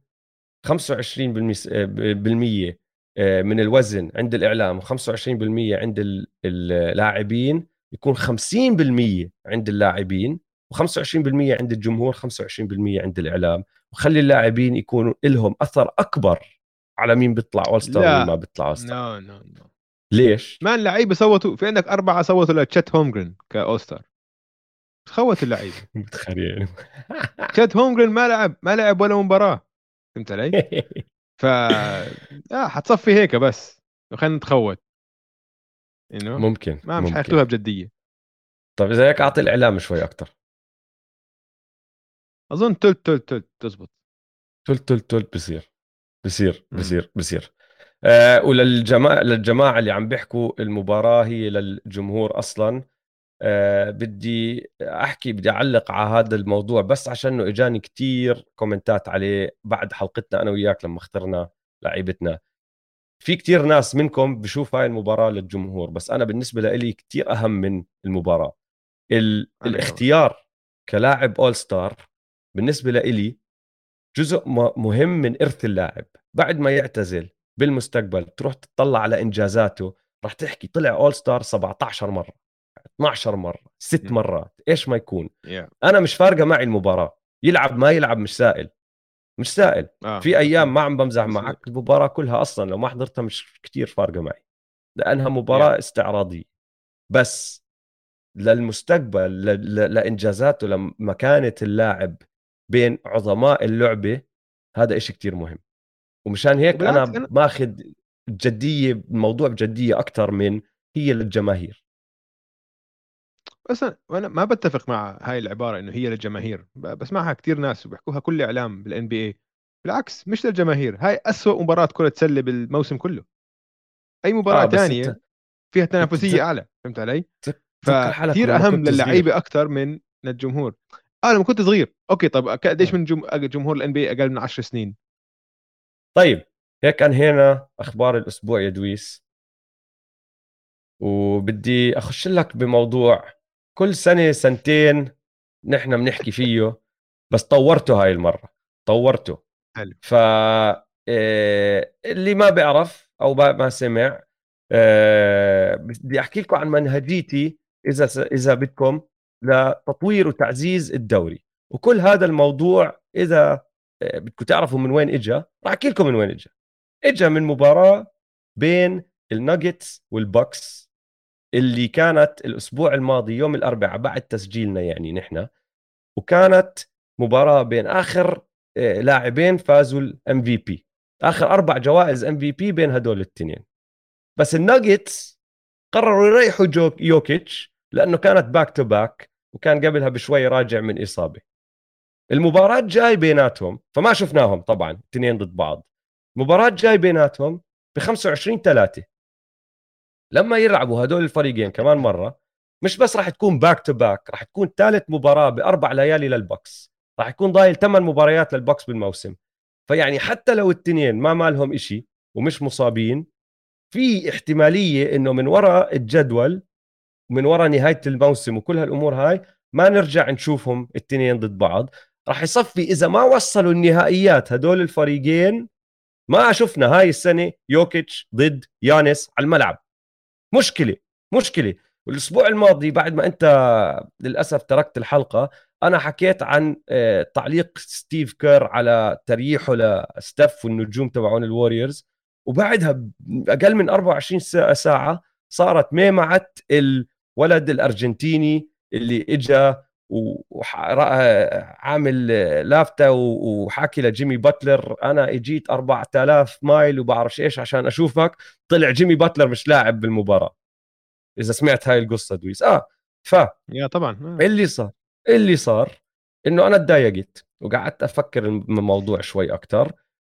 B: 25% من الوزن عند الإعلام و25% عند اللاعبين، يكون 50% عند اللاعبين و25% عند الجمهور، 25% عند الإعلام. وخلي اللاعبين يكونوا لهم أثر أكبر على مين بيطلع أول ستار ومين ما
A: لا،
B: بيطلع أول ستار.
A: نو نو نو.
B: ليش؟
A: ما اللعيبه صوتوا، في عندك 4 صوتوا لتشات هومجرين كأوستر. خوت اللعيبه.
B: متخيل.
A: تشات هومجرين ما لعب ولا مباراه. فهمت علي؟ ف حتصفي هيك بس، خلينا نتخوت انه
B: ممكن
A: ما مش
B: ممكن.
A: حياخذوها بجديه.
B: طب إذا هيك أعطي الإعلام شوي أكتر.
A: اظن تلت تلت تلت تزبط.
B: تل بصير. بصير
A: امم
B: بصير بصير. للجماعة اللي عم بيحكوا المباراة هي للجمهور أصلا. بدي أعلق على هذا الموضوع بس عشانه إجاني كتير كومنتات عليه بعد حلقتنا أنا وياك لما اخترنا لعيبتنا. في كتير ناس منكم بشوف هاي المباراة للجمهور، بس أنا بالنسبة لي كتير أهم من المباراة.
A: انا كمان.
B: الاختيار كلاعب أول ستار بالنسبة لي جزء مهم من إرث اللاعب. بعد ما يعتزل بالمستقبل تروح تطلع على إنجازاته، راح تحكي طلع أول ستار 17 مرة، 12 مرة، 6
A: امم
B: مرات، إيش ما يكون.
A: يا
B: أنا مش فارقة معي المباراة، يلعب ما يلعب مش سائل. مش سائل. في
A: بس
B: أيام ما عم بمزح
A: بس
B: معك، المباراة كلها أصلا لو ما حضرتها مش كتير فارقة معي، لأنها
A: يا
B: مباراة استعراضية. بس للمستقبل لإنجازاته لمكانة اللاعب بين عظماء اللعبة، هذا إشي كتير مهم. ومشان هيك
A: وبالعكس
B: انا
A: انا،
B: ماخذ الجديه، الموضوع بجديه اكثر من هي للجماهير.
A: بس انا ما بتفق مع هاي العباره انه هي للجماهير. بسمعها كثير ناس وبيحكوها كل اعلام بالان بي اي. بالعكس، مش للجماهير. هاي أسوأ مباراه كره سله بالموسم كله. اي مباراه
B: اه بس انت
A: تانية فيها
B: انت
A: تنافسيه اعلى. فهمت علي؟
B: تذكر حالك
A: فكثير
B: لما
A: اهم
B: كنت صغير.
A: للعيبه اكثر من للجمهور. لما كنت صغير اوكي. طب قديش
B: آه.
A: من جمهور الان بي اقل من 10 سنين؟
B: طيب هيك انهينا اخبار الاسبوع يا دويس، وبدي اخش لك بموضوع كل سنه سنتين نحن بنحكي فيه، بس طورته هاي المره. طورته.
A: حلو.
B: ف اللي ما بيعرف او ما سمع، بدي احكي لكم عن منهجيتي اذا بدكم لتطوير وتعزيز الدوري. وكل هذا الموضوع اذا بدكم تعرفوا من وين اجى، راح احكي لكم من وين اجى. اجى من مباراة بين الناجتس والبوكس اللي كانت الاسبوع الماضي يوم الاربعاء بعد تسجيلنا يعني نحن. وكانت مباراة بين اخر لاعبين فازوا الام في بي، اخر 4 جوائز ام في بي بين هدول الاثنين. بس الناجتس قرروا يريحوا يوكيتش لانه كانت باك تو باك، وكان قبلها بشوي راجع من اصابه. المباراه جاي بيناتهم فما شفناهم طبعا اثنين ضد بعض. مباراه جاي بيناتهم ب 25-3. لما يلعبوا هدول الفريقين كمان مره، مش بس راح تكون باك تو باك، راح تكون ثالث مباراه ب4 ليالي للبوكس. راح يكون ضايل 8 مباريات للبوكس بالموسم. فيعني حتى لو التنين ما مالهم إشي ومش مصابين، في احتماليه انه من وراء الجدول ومن وراء نهايه الموسم وكل هالامور هاي ما نرجع نشوفهم التنين ضد بعض. راح يصفي اذا ما وصلوا النهائيات هدول الفريقين، ما شفنا هاي السنه يوكيتش ضد يانس على الملعب. مشكله. مشكله. والاسبوع الماضي بعد ما انت للاسف تركت الحلقه، انا حكيت عن تعليق ستيف كير على تريحه لستيف والنجوم تبعون الوريورز، وبعدها اقل من 24 ساعه صارت ميمعة الولد الارجنتيني اللي اجى وعامل لافته وحكي لجيمي باتلر انا اجيت 4000 مايل وبعرفش ايش عشان اشوفك. طلع جيمي باتلر مش لاعب بالمباراه، اذا سمعت هاي القصه دويس. ف
A: يا طبعا
B: اللي صار اللي صار انه انا تضايقت وقعدت افكر الموضوع شوي اكثر.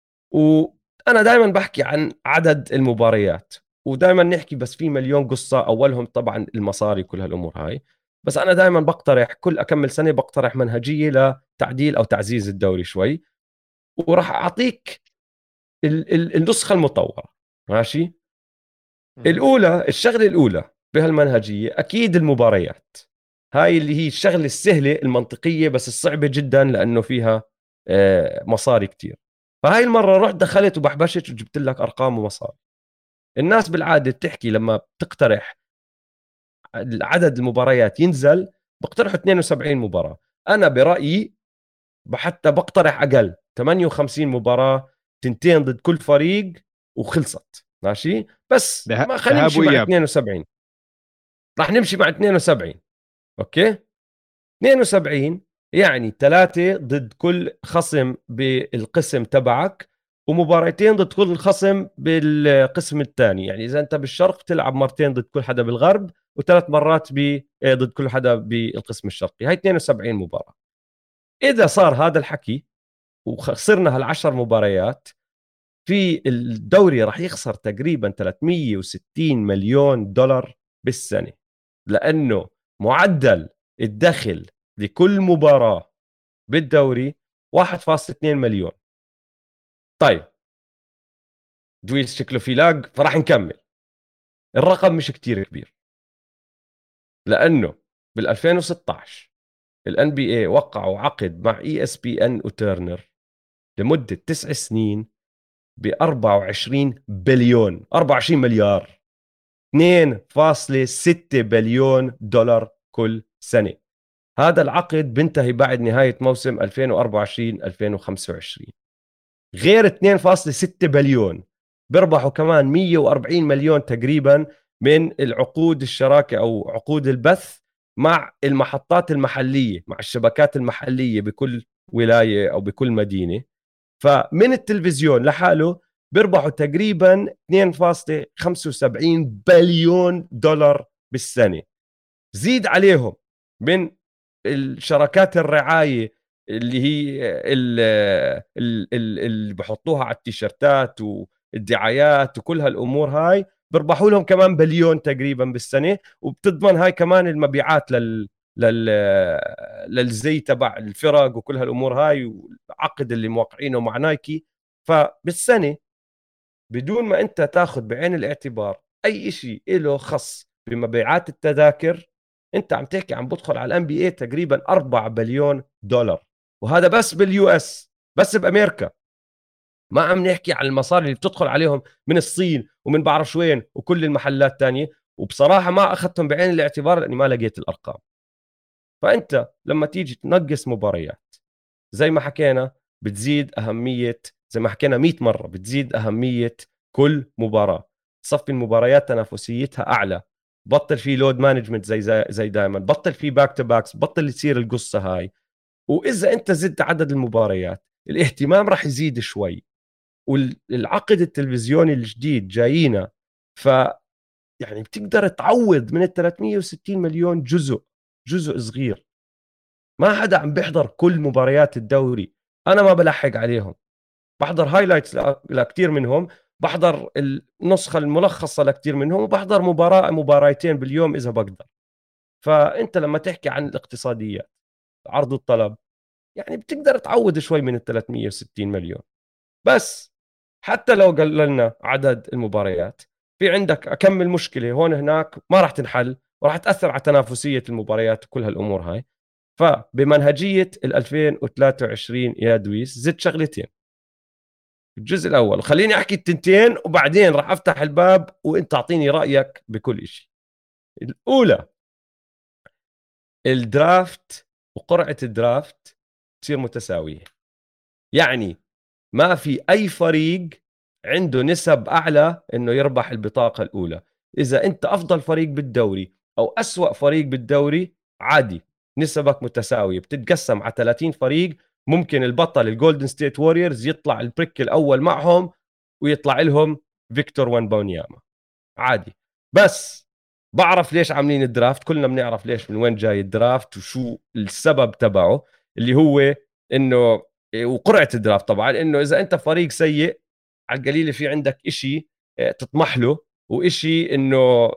B: وانا دائما بحكي عن عدد المباريات، ودائما نحكي بس في مليون قصه، اولهم طبعا المصاري كل هالامور هاي. بس انا دائما بقترح كل اكمل سنه بقترح منهجيه لتعديل او تعزيز الدوري شوي، وراح اعطيك النسخه المطوره. ماشي. الاولى، الشغله الاولى بهالمنهجيه اكيد المباريات. هاي اللي هي الشغله السهله المنطقيه بس الصعبه جدا لانه فيها مصاري كتير. فهاي المره رحت دخلت وبحبشت وجبت لك ارقام ومصاري. الناس بالعاده بتحكي لما بتقترح عدد المباريات ينزل بقترحوا 72 مباراه. انا برايي حتى بقترح اقل، 58 مباراه، تنتين ضد كل فريق وخلصت. ماشي، بس ما خلينا
A: ذهاب
B: نمشي مع
A: واياب.
B: 72. راح نمشي مع 72. اوكي، 72 يعني ثلاثة ضد كل خصم بالقسم تبعك، ومباراتين ضد كل خصم بالقسم الثاني. يعني إذا أنت بالشرق بتلعب مرتين ضد كل حدا بالغرب، وثلاث مرات ضد كل حدا بالقسم الشرقي. هاي 72 مباراة. إذا صار هذا الحكي وخسرنا هالعشر مباريات، في الدوري راح يخسر تقريبا 360 مليون دولار بالسنة، لأنه معدل الدخل لكل مباراة بالدوري 1.2 مليون. طيب دويس شكله في لاج، فراح نكمل. الرقم مش كتير كبير، لأنه بال 2016 الان بي اي وقعوا عقد مع اي اس بي ان وتيرنر لمدة 9 سنين ب 24 بليون، 24 مليار، 2.6 بليون دولار كل سنة. هذا العقد بنتهي بعد نهاية موسم 2024 2025. غير 2.6 بليون بيربحوا كمان 140 مليون تقريبا من العقود الشراكة أو عقود البث مع المحطات المحلية، مع الشبكات المحلية بكل ولاية أو بكل مدينة. فمن التلفزيون لحاله بيربحوا تقريبا 2.75 بليون دولار بالسنة. زيد عليهم من الشركات الرعاية اللي هي اللي بحطوها على التيشيرتات والدعايات وكل هالأمور هاي، بربحوا لهم كمان بليون تقريبا بالسنة. وبتضمن هاي كمان المبيعات لل... للزي تبع الفرق وكل هالأمور هاي، والعقد اللي موقعينه مع نايكي. فبالسنة بدون ما انت تاخذ بعين الاعتبار اي شيء له خص بمبيعات التذاكر، انت عم تحكي عم بدخل على الان بي اي تقريبا 4 بليون دولار. وهذا بس باليو اس، بس بامريكا. ما عم نحكي عن المصاري اللي بتدخل عليهم من الصين ومن بعرف وين وكل المحلات الثانيه. وبصراحه ما اخذتهم بعين الاعتبار لاني ما لقيت الارقام. فانت لما تيجي تنقص مباريات زي ما حكينا بتزيد أهمية، زي ما حكينا 100 مرة بتزيد أهمية كل مباراة. صفي المباريات تنافسيتها أعلى، بطل في لود مانجمنت زي دائما، بطل في باك تو باكس، بطل تصير القصة هاي. وإذا أنت زدت عدد المباريات الاهتمام راح يزيد شوي، والعقد التلفزيوني الجديد جايينا. ف يعني بتقدر تعوض من ال 360 مليون جزء صغير. ما حدا عم بيحضر كل مباريات الدوري، انا ما بلحق عليهم، بحضر هايلايتس لكثير منهم، بحضر النسخه الملخصه لكثير منهم، وبحضر مباراتين باليوم اذا بقدر. فانت لما تحكي عن الاقتصاديات، عرض والطلب، يعني بتقدر تعوض شوي من ال 360 مليون. بس حتى لو قللنا عدد المباريات، في عندك اكمل مشكله هون هناك ما راح تنحل، وراح تاثر على تنافسيه المباريات وكل هالامور هاي. فبمنهجيه ال 2023 يا دويس زدت شغلتين. الجزء الاول خليني احكي التنتين، وبعدين راح افتح الباب وانت اعطيني رايك بكل شيء. الاولى، الدرافت وقرعه الدرافت تصير متساويه. يعني ما في اي فريق عنده نسب اعلى انه يربح البطاقه الاولى. اذا انت افضل فريق بالدوري او اسوا فريق بالدوري، عادي نسبك متساويه، بتتقسم على 30 فريق. ممكن البطل الجولدن ستيت ووريرز يطلع البريك الاول معهم ويطلع لهم فيكتور وانبونياما، عادي. بس بعرف ليش عاملين الدرافت، كلنا بنعرف ليش، من وين جاي الدرافت وشو السبب تبعه، اللي هو انه وقرعه الدرافت طبعا، انه اذا انت فريق سيء على القليله في عندك إشي تطمح له، وإشي انه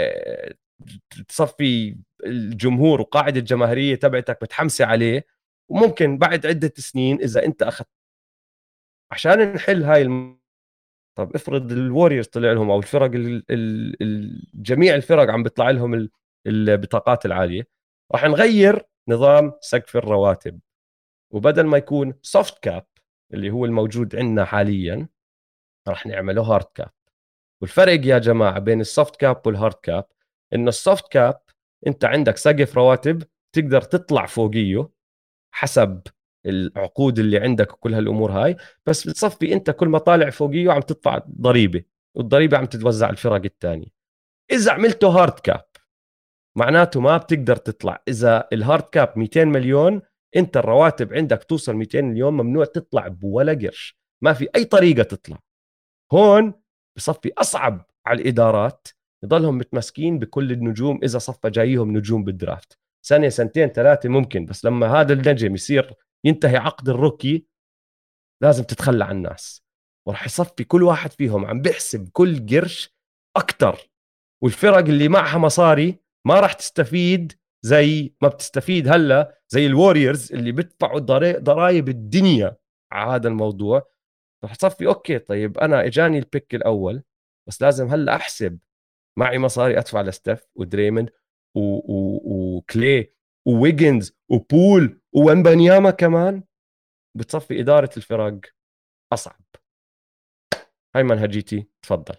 B: تصفي الجمهور وقاعده الجماهيريه تبعتك متحمسه عليه. وممكن بعد عده سنين اذا انت اخذت، عشان نحل هاي طب افرض الوريورز طلع لهم او الفرق جميع الفرق عم بيطلع لهم البطاقات العاليه، راح نغير نظام سقف الرواتب. وبدل ما يكون سوفت كاب اللي هو الموجود عندنا حاليا، راح نعمله هارد كاب. والفرق يا جماعه بين السوفت كاب والهارد كاب، انه السوفت كاب انت عندك سقف رواتب تقدر تطلع فوقيه حسب العقود اللي عندك وكل هالامور هاي، بس بتصفي انت كل ما طالع فوقيه عم تدفع ضريبه، والضريبه عم تتوزع على الفرق الثانيه. اذا عملته هارد كاب معناته ما بتقدر تطلع. اذا الهارد كاب 200 مليون، انت الرواتب عندك توصل 200 مليون، ممنوع تطلع بولا قرش، ما في اي طريقه تطلع. هون بصفي اصعب على الادارات يضلهم متمسكين بكل النجوم، اذا صفى جايهم نجوم بالدرافت سنه سنتين ثلاثه ممكن، بس لما هذا النجم يصير ينتهي عقد الروكي لازم تتخلى عن الناس، وراح يصفي كل واحد فيهم عم بيحسب كل قرش اكثر. والفرق اللي معها مصاري ما راح تستفيد زي ما بتستفيد هلا، زي الوريورز اللي بيدفعوا ضرائب الدنيا على هذا الموضوع. رح تصفي اوكي، طيب انا اجاني البيك الاول، بس لازم هلا احسب معي مصاري ادفع لستيف ودريموند وكلي وويجنز وبول وامبانياما كمان. بتصفي اداره الفرق اصعب. هاي منهجيتي، تفضل.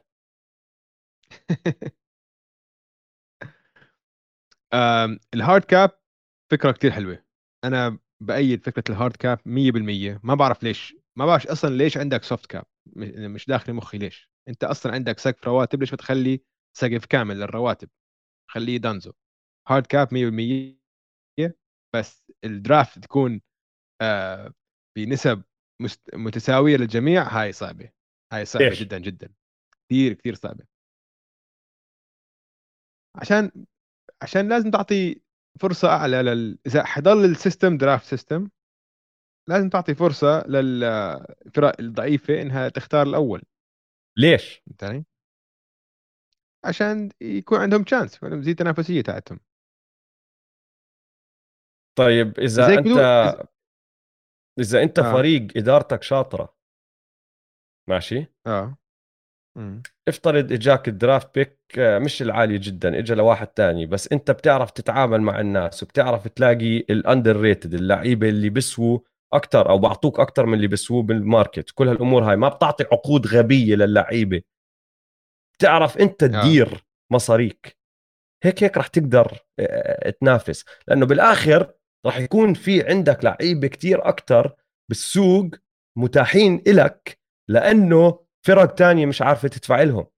A: الهارد كاب فكره كتير حلوه. انا بايد فكره الهارد كاب 100%. ما بعرف ليش، ما بعرف اصلا ليش عندك سوفت كاب. مش داخل مخي ليش انت اصلا عندك سقف رواتب، ليش بتخلي سقف كامل للرواتب؟ خليه دانزو. هارد كاب 100%. بس الدرافت تكون آه بنسب متساويه للجميع، هاي صعبه. هاي صعبه
B: ليش؟
A: جدا جدا. كثير كثير صعبه. عشان لازم تعطي فرصه اعلى اذا حضل السيستم درافت سيستم، لازم تعطي فرصة للفرق الضعيفة إنها تختار الأول.
B: ليش؟
A: فهمت علي؟ عشان يكون عندهم تشانس، عندهم زي التنافسية تاعتهم.
B: طيب
A: إذا
B: اذا
A: هيك
B: انت،
A: بدو
B: اذا انت
A: آه
B: فريق ادارتك شاطره، ماشي،
A: آه مم.
B: افترض اجاك الدرافت بيك مش العالي جدا، اجى لواحد تاني، بس انت بتعرف تتعامل مع الناس وبتعرف تلاقي الاندر ريتد، اللعيبه اللي بيسووا اكثر او بعطوك اكثر من اللي بيسووه بالماركت، كل هالامور هاي ما بتعطي عقود غبيه للعيبه، بتعرف انت
A: آه
B: تدير مصاريك. هيك راح تقدر تنافس، لانه بالاخر راح يكون في عندك لعيبه كتير اكثر بالسوق متاحين إلك، لانه فرق تانية مش عارفه تدفع لهم.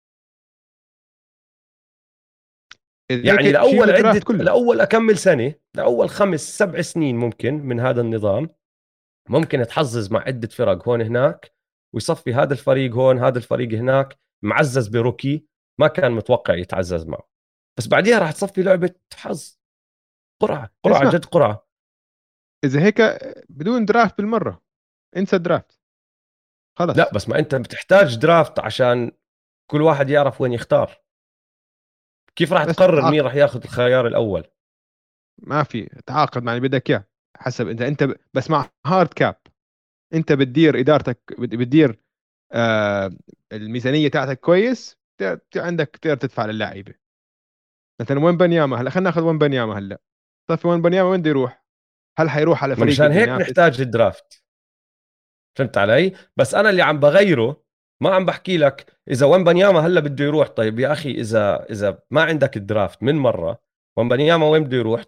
A: إذا
B: يعني
A: هيك شيلوا الدرافت كله.
B: لاول اكمل سنه، لاول 5 7 سنين ممكن من هذا النظام، ممكن تحظظ مع عده فرق هون هناك، ويصفي هذا الفريق هون هذا الفريق هناك معزز بروكي ما كان متوقع يتعزز معه، بس بعديها راح تصفي لعبه حظ، قرعه قرعه
A: اسمع،
B: جد قرعه.
A: إذا هيك بدون درافت بالمرة، انسى الدرافت
B: لا
A: خلص.
B: بس ما انت بتحتاج درافت عشان كل واحد يعرف وين يختار. كيف راح
A: بس
B: تقرر مين
A: تعاقد،
B: راح ياخذ الخيار الاول؟
A: ما في تعاقد مع اللي بدك إياه. حسب أنت بس مع هارد كاب أنت بتدير إدارتك، بتدير آه الميزانية تاعتك كويس، عندك تقدر تدفع للاعيبة. مثلا وين بنياما هلا، خلينا ناخذ وين بنياما هلا. طيب وين بنياما وين بده يروح؟ هل حيروح على
B: ما
A: فريق
B: مشان
A: بده
B: هيك
A: ينافس؟
B: نحتاج الدرافت، فهمت علي؟ بس انا اللي عم بغيره ما عم بحكي لك اذا ومبانياما هلا بده يروح. طيب يا اخي، اذا ما عندك الدرافت من مره، ومبانياما وين بده يروح؟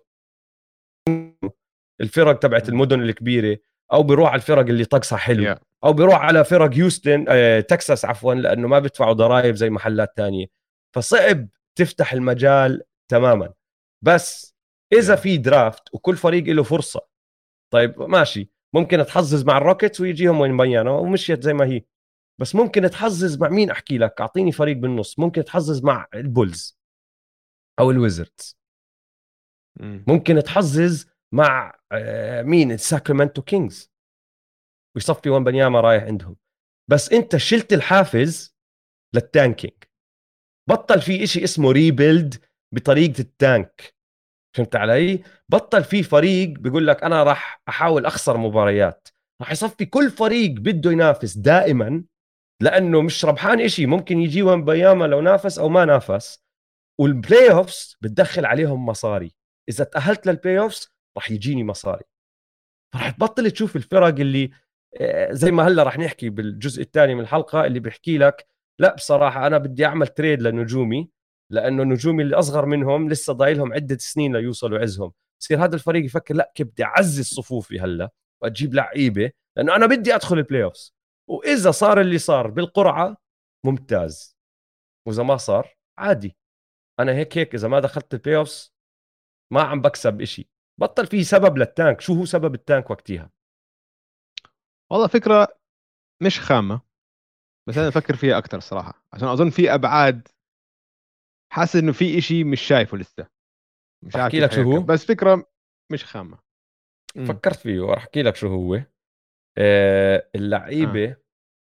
B: الفرق تبعت
A: مم.
B: المدن الكبيره، او بيروح على الفرق اللي طقسها حلو،
A: يا
B: او بيروح على فرق هيوستن تكساس عفوا، لانه ما بيدفعوا ضرائب زي محلات تانية. فصعب تفتح المجال تماما. بس اذا
A: يا
B: في درافت وكل فريق له فرصه، طيب ماشي، ممكن تحظز مع الروكيتس ويجيهم وين بيانا ومشيت زي ما هي. بس ممكن تحظز مع مين؟ احكي لك، اعطيني فريق بالنص. ممكن تحظز مع البولز او الويزردز،
A: مم.
B: ممكن تحظز مع مين؟ الساكرامنتو كينجز، ويصفي وان بنياما رايح عندهم. بس انت شلت الحافز للتانكينج. بطل في إشي اسمه ريبيلد بطريقة التانك. فهمت علي؟ بطل في فريق بيقول لك انا راح احاول اخسر مباريات. راح يصفي كل فريق بده ينافس دائما، لانه مش ربحان إشي. ممكن يجي وان بياما لو نافس او ما نافس، والبلاي اوفز بتدخل عليهم مصاري. اذا تاهلت للبلاي اوفز راح يجيني مصاري. راح تبطل تشوف الفرق اللي زي ما هلا راح نحكي بالجزء الثاني من الحلقه، اللي بيحكي لك لا بصراحه انا بدي اعمل تريد لنجومي، لانه نجومي اللي اصغر منهم لسه ضايل لهم عده سنين ليوصلوا عزهم. يصير هذا الفريق يفكر لا، كيف بدي اعزز صفوفي هلا واجيب لعيبه، لانه انا بدي ادخل البلاي اوفز. واذا صار اللي صار بالقرعه ممتاز، واذا ما صار عادي. انا هيك اذا ما دخلت البلاي اوفز ما عم بكسب إشي. بطل في سبب للتانك. شو هو سبب التانك وقتها؟
A: والله فكره مش خامه، بس انا افكر فيها اكثر صراحه عشان اظن في ابعاد. حاسس انه في إشي مش شايفه لسه، مش عارف
B: احكي
A: كيف
B: لك شو
A: حكي،
B: هو.
A: بس فكره مش خامه. امم
B: فكرت فيه وراح احكي لك شو هو.
A: اه
B: اللعيبه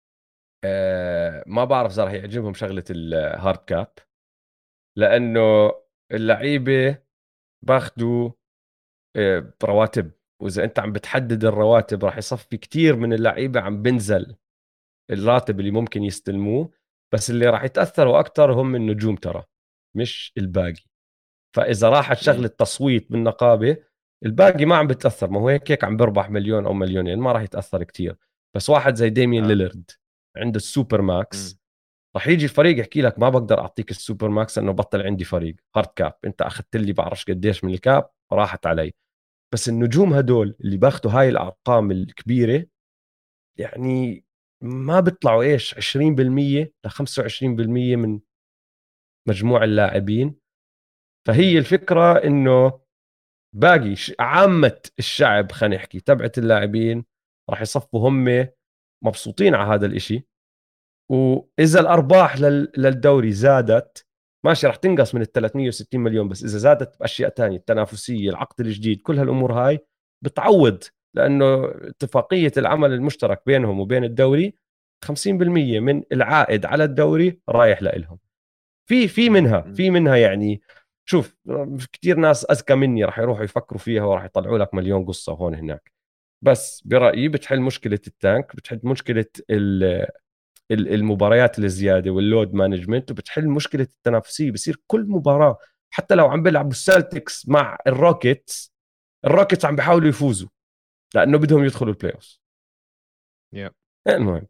B: ما بعرف اذا راح يعجبهم شغله الهارد كاب، لانه اللعيبه باخذوا رواتب. واذا انت عم بتحدد الرواتب راح يصفي كتير من اللعيبه عم بنزل الراتب اللي ممكن يستلموه. بس اللي راح يتاثروا اكثر هم النجوم ترى، مش الباقي. فاذا راحت
A: امم
B: شغله تصويت بالنقابه، الباقي ما عم بتاثر. ما هو هيك عم بربح مليون او مليونين، ما راح يتاثر كتير. بس واحد زي ديمين
A: اه
B: ليلرد عنده السوبر
A: امم
B: ماكس، راح يجي الفريق يحكي لك ما بقدر اعطيك السوبر ماكس لانه بطل عندي فريق هارد كاب. انت اخذت لي بعرفش قديش من الكاب، راحت علي. بس النجوم هدول اللي باخذوا هاي الارقام الكبيره، يعني ما بيطلعوا ايش 20% ل 25% من مجموع اللاعبين.
A: امم
B: فهي الفكره انه باقي عامة الشعب، خلينا نحكي تبعت اللاعبين، راح يصفوا هم مبسوطين على هذا الاشي. واذا الارباح للدوري زادت، ماشي راح تنقص من ال 360 مليون. بس اذا زادت باشياء تانية، التنافسيه، العقد الجديد، كل هالامور هاي بتعوض. لانه اتفاقيه العمل المشترك بينهم وبين الدوري 50% من العائد على الدوري رايح لهم. في منها يعني. شوف، كثير ناس اذكى مني راح يروحوا يفكروا فيها وراح يطلعوا لك مليون قصه هون هناك. بس برايي بتحل مشكله التانك، بتحل مشكله المباريات الزياده واللود مانجمنت، وبتحل مشكله التنافسيه. بصير كل مباراه، حتى لو عم بيلعبوا السلتكس مع الروكيتس، الروكيتس عم بيحاولوا يفوزوا لانه بدهم يدخلوا البلاي اوف.
A: يا
B: المهم،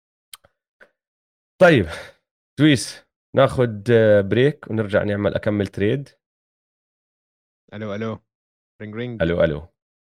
B: طيب تويس، ناخذ بريك ونرجع نعمل اكمل تريد.
A: الو الو، رينج رينج.
B: الو الو.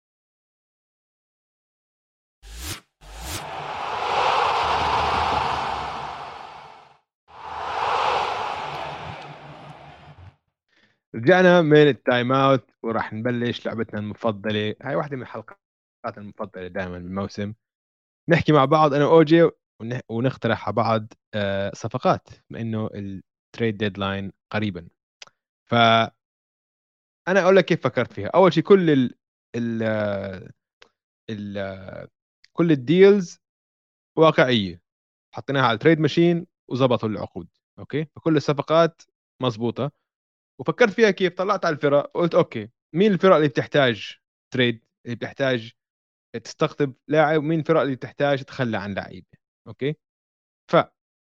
A: رجعنا من التايم اوت وراح نبلش لعبتنا المفضله. هاي واحده من الحلقات المفضله دائما بالموسم. نحكي مع بعض انا واوجي ونقترح على بعض صفقات، بما انه التريد ديدلاين قريبا. فانا اقول لك كيف فكرت فيها. اول شيء كل ال ال كل الديلز واقعيه، حطيناها على التريد ماشين وزبطوا العقود. اوكي، فكل الصفقات مزبوطه. وفكرت فيها كيف، طلعت على الفرق قلت اوكي، مين الفرق اللي بتحتاج تريد، اللي بتحتاج تستقطب لاعب، ومين الفرق اللي بتحتاج تتخلى عن لعيبه. اوكي، فاول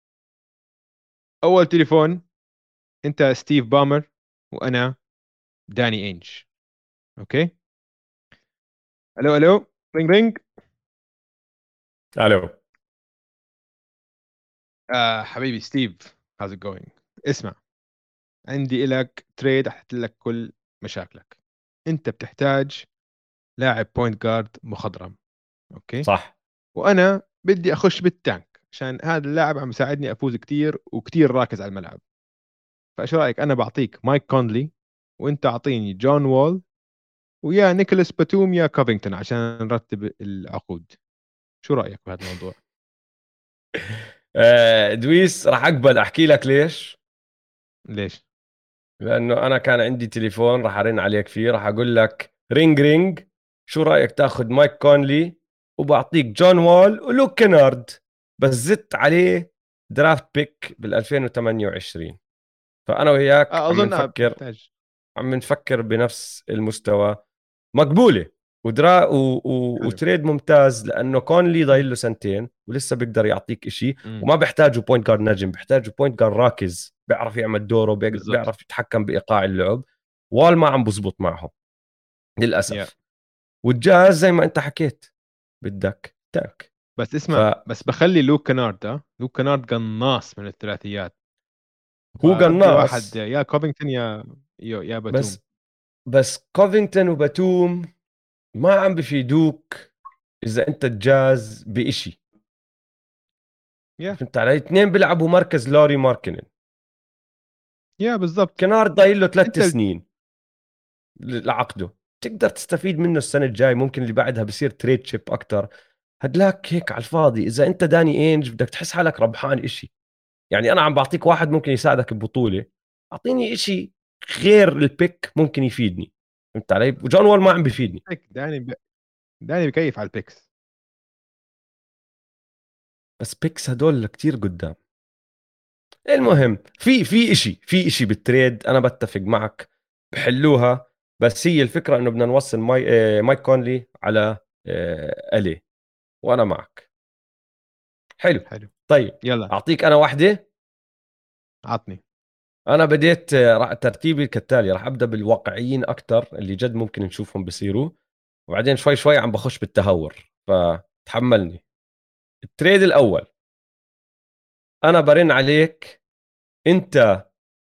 A: تليفون انت ستيف بامر، وانا داني انج. اوكي، الو الو، رينج رينج.
B: الو.
A: حبيبي ستيف، how's it going؟ اسمع، عندي لك تريد احل لك كل مشاكلك. انت بتحتاج لاعب بوينت جارد مخضرم، اوكي؟
B: صح.
A: وانا بدي اخش بالتانك عشان هذا اللاعب عم يساعدني افوز كتير وكتير راكز على الملعب. فايش رايك انا بعطيك مايك كونلي، وانت اعطيني جون وول، ويا نيكولاس باتوم يا كوفينغتون عشان نرتب العقود. شو رايك بهذا الموضوع؟
B: دويس راح اقبل، احكي لك ليش.
A: ليش؟
B: لانه انا كان عندي تليفون راح ارن عليك فيه، راح اقول لك رينج رينج، شو رايك تاخذ مايك كونلي وبعطيك جون وول ولوك كينارد، بس زدت عليه درافت بيك بال 2028. فانا وياك عم
A: اظن
B: نفكر،
A: بحتاج.
B: عم نفكر بنفس المستوى. مقبوله. ودرا
A: حلو.
B: وتريد ممتاز، لانه كونلي ضايل له سنتين ولسه بيقدر يعطيك إشي،
A: امم.
B: وما بيحتاجوا بوينت جارد نجم، بيحتاجوا بوينت جارد راكز بيعرف يعمل دوره،
A: بالضبط.
B: بيعرف يتحكم بايقاع اللعب. وال ما عم بزبط معهم
A: يا
B: للاسف. والجاز زي ما انت حكيت بدك تانك.
A: بس اسمع،
B: فهو
A: بس بخلي لوك كنارد، لوك كنارد قناص من الثلاثيات، وبدي واحد
B: قناص.
A: يا كوفينغتون يا باتوم.
B: بس بس كوفينغتون وباتوم ما عم بفيدوك اذا انت الجاز بإشي.
A: يا
B: فهمت علي؟ اثنين بيلعبوا مركز لاري ماركنن.
A: يا بالضبط.
B: كنار ضايل له ثلاث
A: انت
B: سنين لعقده، تقدر تستفيد منه السنه الجاي، ممكن اللي بعدها بصير تريد شيب اكثر. هدلاك هيك على الفاضي، اذا انت داني اينج بدك تحس حالك ربحان إشي. يعني انا عم بعطيك واحد ممكن يساعدك ببطوله، اعطيني إشي غير البيك ممكن يفيدني. فهمت علي؟ وجون وول ما عم بيفيدني.
A: هيك داني بكيف على البيكس.
B: بس بيكس هدول كتير قدام. المهم في إشي بالتريد انا بتفق معك، بحلوها. بس هي الفكره انه بدنا نوصل مايك كونلي على الي، وانا معك. حلو.
A: حلو.
B: طيب
A: يلا
B: اعطيك انا واحده.
A: عطني.
B: انا بديت ترتيبي كالتالي، راح ابدا بالواقعيين اكثر اللي جد ممكن نشوفهم بيصيروا، وبعدين شوي شوي عم بخش بالتهور، فتحملني. التريد الاول، انا برن عليك، انت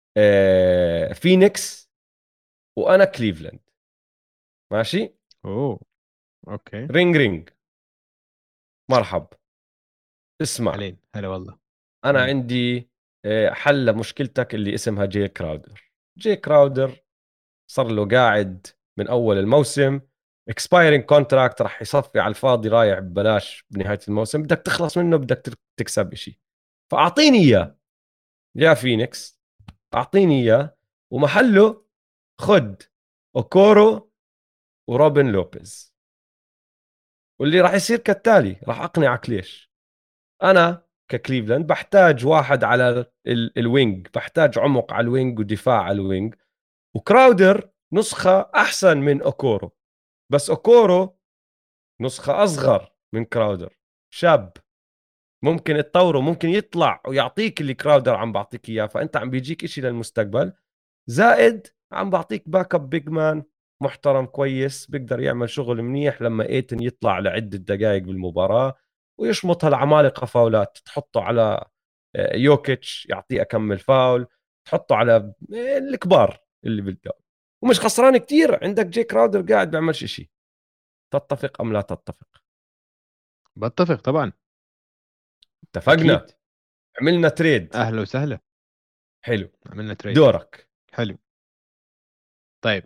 B: فينيكس وانا كليفلاند. ماشي.
A: اوه. اوكي.
B: رينج رينج. مرحب. اسمع،
A: حلين هلا والله.
B: انا
A: امم.
B: عندي حل لمشكلتك اللي اسمها جاي كراودر. جاي كراودر صار له قاعد من اول الموسم، اكسبايرنج كونتراكت، راح يصفي على الفاضي رايح ببلاش بنهايه الموسم، بدك تخلص منه، بدك تكسب إشي. فاعطيني اياه يا فينيكس، اعطيني اياه، ومحله خد اوكورو وروبن لوبيز. واللي راح يصير كالتالي، راح اقنعك ليش. انا ككليفلاند بحتاج واحد على الوينج، بحتاج عمق على الوينج ودفاع على الوينج، وكراودر نسخة أحسن من أوكورو، بس أوكورو نسخة أصغر من كراودر، شاب، ممكن يتطوره، ممكن يطلع ويعطيك اللي كراودر عم بعطيك إياه. فأنت عم بيجيك إشي للمستقبل، زائد عم بعطيك باك اب بيج مان محترم كويس، بيقدر يعمل شغل منيح لما ايتن يطلع لعدة دقائق بالمباراة ويشمط هالعمالقة فاولات، تحطه على يوكيتش يعطيه أكمل فاول، تحطه على الكبار اللي بالدوري، ومش خسران كتير. عندك جاي كراودر قاعد بيعملش إشي. تتفق أم لا تتفق؟
A: بتفق طبعا.
B: اتفقنا.
A: اكيد.
B: عملنا تريد.
A: اهلا وسهلا.
B: حلو.
A: عملنا تريد.
B: دورك.
A: حلو. طيب.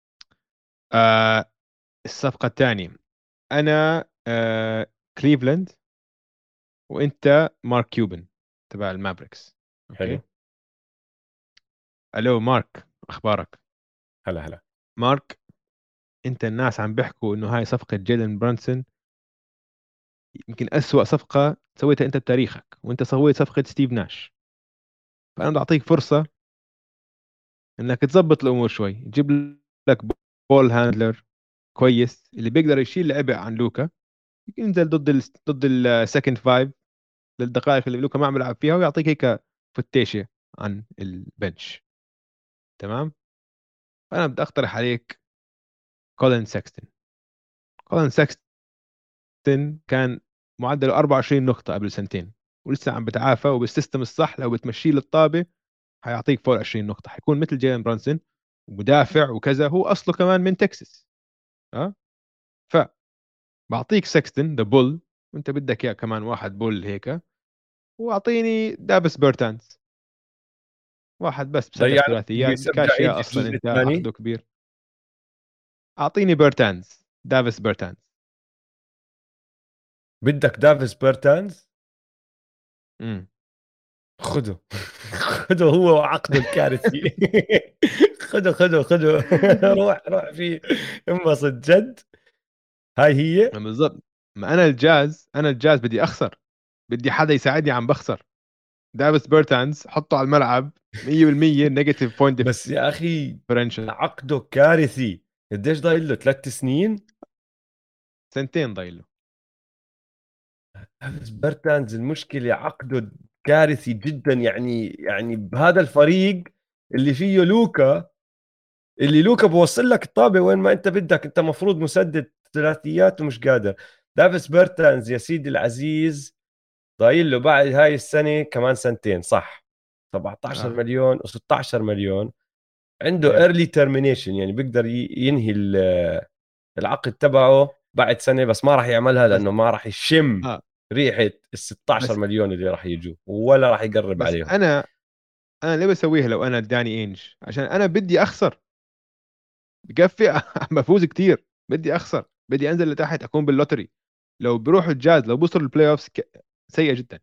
A: آه الصفقة الثانية، انا كليفلاند، وانت مارك كيوبن تبع المافريكس.
B: حلو.
A: اوكي. الو مارك، اخبارك؟
B: هلا هلا.
A: مارك، انت الناس عم بيحكوا انه هاي صفقة جيلن برانسون يمكن أسوأ صفقة سويتها انت بتاريخك، وانت سويت صفقة ستيف ناش. فانا بدي اعطيك فرصة انك تظبط الامور شوي، تجيب لك بول هاندلر كويس اللي بيقدر يشيل العبء عن لوكا، ينزل ضد السكند فايف للدقائق اللي لوكا ما عم يلعب فيها، ويعطيك هيك فتيشة عن البنش. تمام. فانا بدي اقترح عليك كولين سكستن. كولين سكستن كان معدله 24 نقطة قبل سنتين، ولسه عم بتعافى وبالسيستم الصح، لو بتمشيه للطابه حيعطيك فوق 20 نقطه، حيكون مثل جيلن برانسون ومدافع وكذا، هو اصله كمان من تكساس. اه فبعطيك سكستن ذا بول، وانت بدك اياه كمان واحد بول هيك، واعطيني دافيس بيرتانز، واحد بس بسجل
B: ضيعنا، بده
A: ثلاثيات
B: يسجل عيد
A: بكاشياء، اصلا
B: الجزء
A: انت
B: الثاني.
A: عقده كبير. اعطيني بيرتانز، دافيس بيرتانز.
B: بدك دافيس بيرتانز؟
A: امم
B: خده. خده هو وعقده الكارثي. خده. روح روح فيه، انبسط جد. هاي هي.
A: بالضبط. ما انا الجاز بدي اخسر، بدي حدا يساعدني، عم بخسر. دافيس بيرتانز حطه على الملعب 100% نيجاتيف بوينت
B: بس يا اخي
A: ديفرنشال.
B: عقده كارثي. قديش ضايل له؟ 3 سنين.
A: سنتين ضايله.
B: بس بيرتانز المشكلة عقده كارثي جدا، يعني بهذا الفريق اللي فيه لوكا، اللي لوكا بوصل لك الطابة وين ما انت بدك، انت مفروض مسدد ثلاثيات ومش قادر. دافيس بيرتانز يا سيدي العزيز ضايل له بعد هاي السنة كمان سنتين صح؟ 17
A: اه
B: مليون و16 مليون. عنده
A: يب.
B: early termination، يعني بيقدر ينهي العقد تبعه بعد سنة، بس ما راح يعملها
A: بس
B: لأنه ما راح يشم
A: اه
B: ريحة ال 16
A: بس
B: مليون اللي راح يجوا، ولا راح يقرب
A: بس
B: عليهم.
A: انا ليه بسويها لو انا داني انج؟ عشان انا بدي اخسر، بكفي. عم بفوز كتير، بدي اخسر، بدي انزل لتحت اكون باللوتري. لو بروح الجاز، لو بوصلوا البلاي اوفز سيء جدا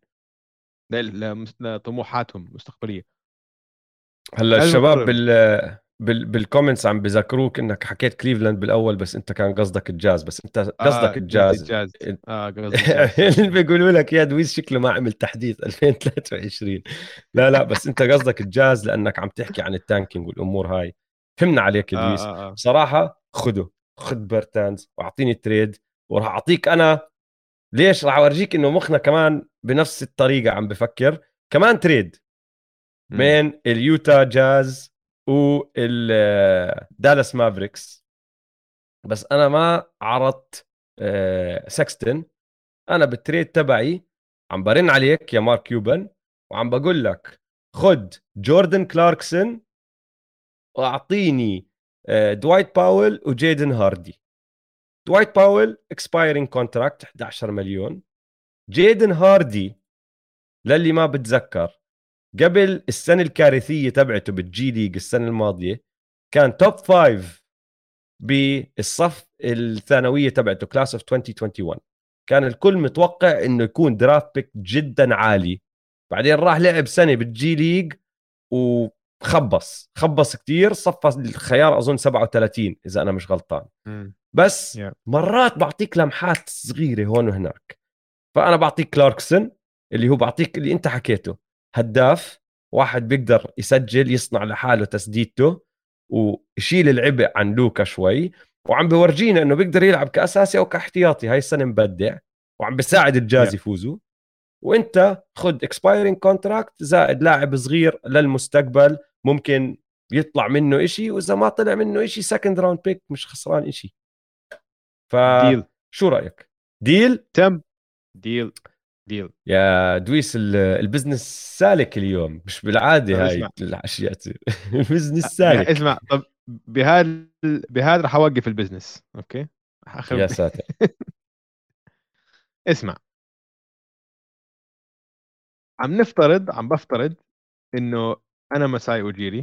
A: لطموحاتهم المستقبليه.
B: هلا
A: لازم
B: الشباب
A: يقرروا.
B: بالكومنتس عم بذكروك انك حكيت كليفلاند بالاول، بس انت كان قصدك الجاز، بس انت قصدك
A: قصدي
B: الجاز.
A: الجاز. قصدي الجاز، سوري.
B: اللي بيقولوا لك يا دويس شكله ما عمل تحديث 2023. لا لا، بس انت قصدك الجاز لانك عم تحكي عن التانكينج والامور هاي. فهمنا عليك يا دويس.
A: اه
B: بصراحه خذ بيرتانز واعطيني تريد، وراح اعطيك انا. ليش؟ راح اورجيك انه مخنا كمان بنفس الطريقه عم بفكر. كمان تريد
A: امم
B: بين اليوتا جاز والدالاس مافريكس، بس انا ما عرضت سكستن. انا بالتريد تبعي عم برن عليك يا مارك كيوبن، وعم بقول لك خد جوردن كلاركسون واعطيني دوايت باول وجيدن هاردي. دوايت باول اكسبايرنج كونتراكت 11 مليون. جيدن هاردي للي ما بتذكر، قبل السنة الكارثية تبعته بالجي ليج السنة الماضية كان توب 5 بالصف الثانوية تبعته كلاس اوف 2021. كان الكل متوقع انه يكون درافت بيك جدا عالي. بعدين راح لعب سنة بالجي ليج خبص كتير، صفى الخيار اظن 37 اذا انا مش غلطان.
A: امم
B: بس
A: يا
B: مرات بعطيك لمحات صغيرة هون وهناك. فانا بعطيك كلاركسون، اللي هو بعطيك اللي انت حكيته، هداف، واحد بيقدر يسجل يصنع لحاله تسديدته ويشيل العبء عن لوكا شوي، وعم بورجينا انه بيقدر يلعب كاساسي او كاحتياطي. هاي السنه مبدع وعم بيساعد الجاز
A: يا
B: يفوزوا. وانت خد اكسبايرنج كونتراكت زائد لاعب صغير للمستقبل، ممكن يطلع منه إشي، واذا ما طلع منه إشي سكند راوند بيك، مش خسران إشي.
A: ديل.
B: فشو رايك؟ ديل.
A: تم. ديل. ديل.
B: يا دويس البزنس سالك اليوم، مش
A: طب
B: بالعادة هاي
A: اسمع.
B: الاشياء تصير. البزنس سالك.
A: اسمع، طب بهذا رح اوقف البزنس، اوكي؟ رح
B: يا
A: اخرب.
B: ساتر.
A: اسمع، عم بفترض انه انا مساي اوجيري.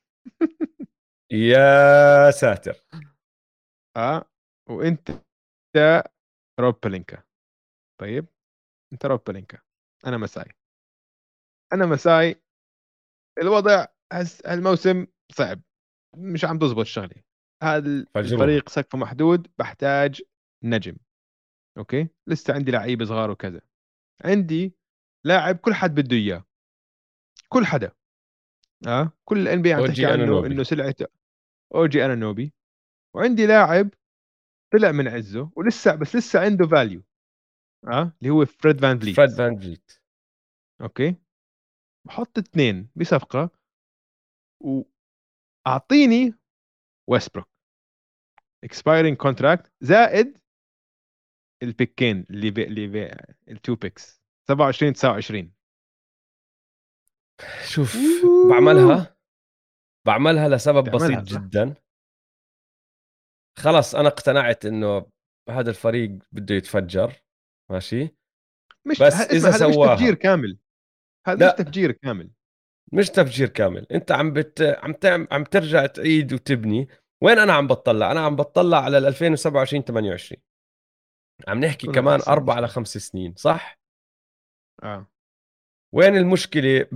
B: يا ساتر.
A: اه وانت روب بلينكا. طيب، انت روب بلينكا، انا مساي. الوضع هالموسم صعب، مش عم تزبط الشغله. هذا
B: فجروها.
A: الفريق سقفه محدود، بحتاج نجم. اوكي، لسه عندي لعيبه صغار وكذا. عندي لاعب كل حد بده اياه، كل حدا. كل الان بي عم
B: او
A: تحكي
B: جي
A: عنه
B: انانوبي.
A: انه سلعته. اوجي انانوبي. وعندي لاعب طلع من عزه ولسه، بس لسه عنده فاليو، اللي هو فريد فان
B: فريد
A: فليت.
B: فان فليت.
A: اوكي، بحط اثنين بصفقه، واعطيني ويستبروك اكسبايرنج كونتراكت زائد البيكين التو بيكس. 27 29.
B: شوف،
A: أوه.
B: بعملها لسبب بسيط
A: تعملها صح.
B: جدا. خلص انا اقتنعت انه هذا الفريق بده يتفجر، ماشي. بس
A: اسمع،
B: اذا
A: هذا مش تفجير
B: سواها،
A: كامل. هذا مش
B: لا
A: تفجير كامل.
B: مش تفجير كامل، انت عم ترجع تعيد وتبني. وين انا عم بطلع؟ انا عم بطلع على ال 2027 28، عم نحكي
A: كونوا
B: كمان
A: احسن
B: اربع
A: شوي.
B: لخمس سنين، صح؟
A: اه.
B: وين المشكله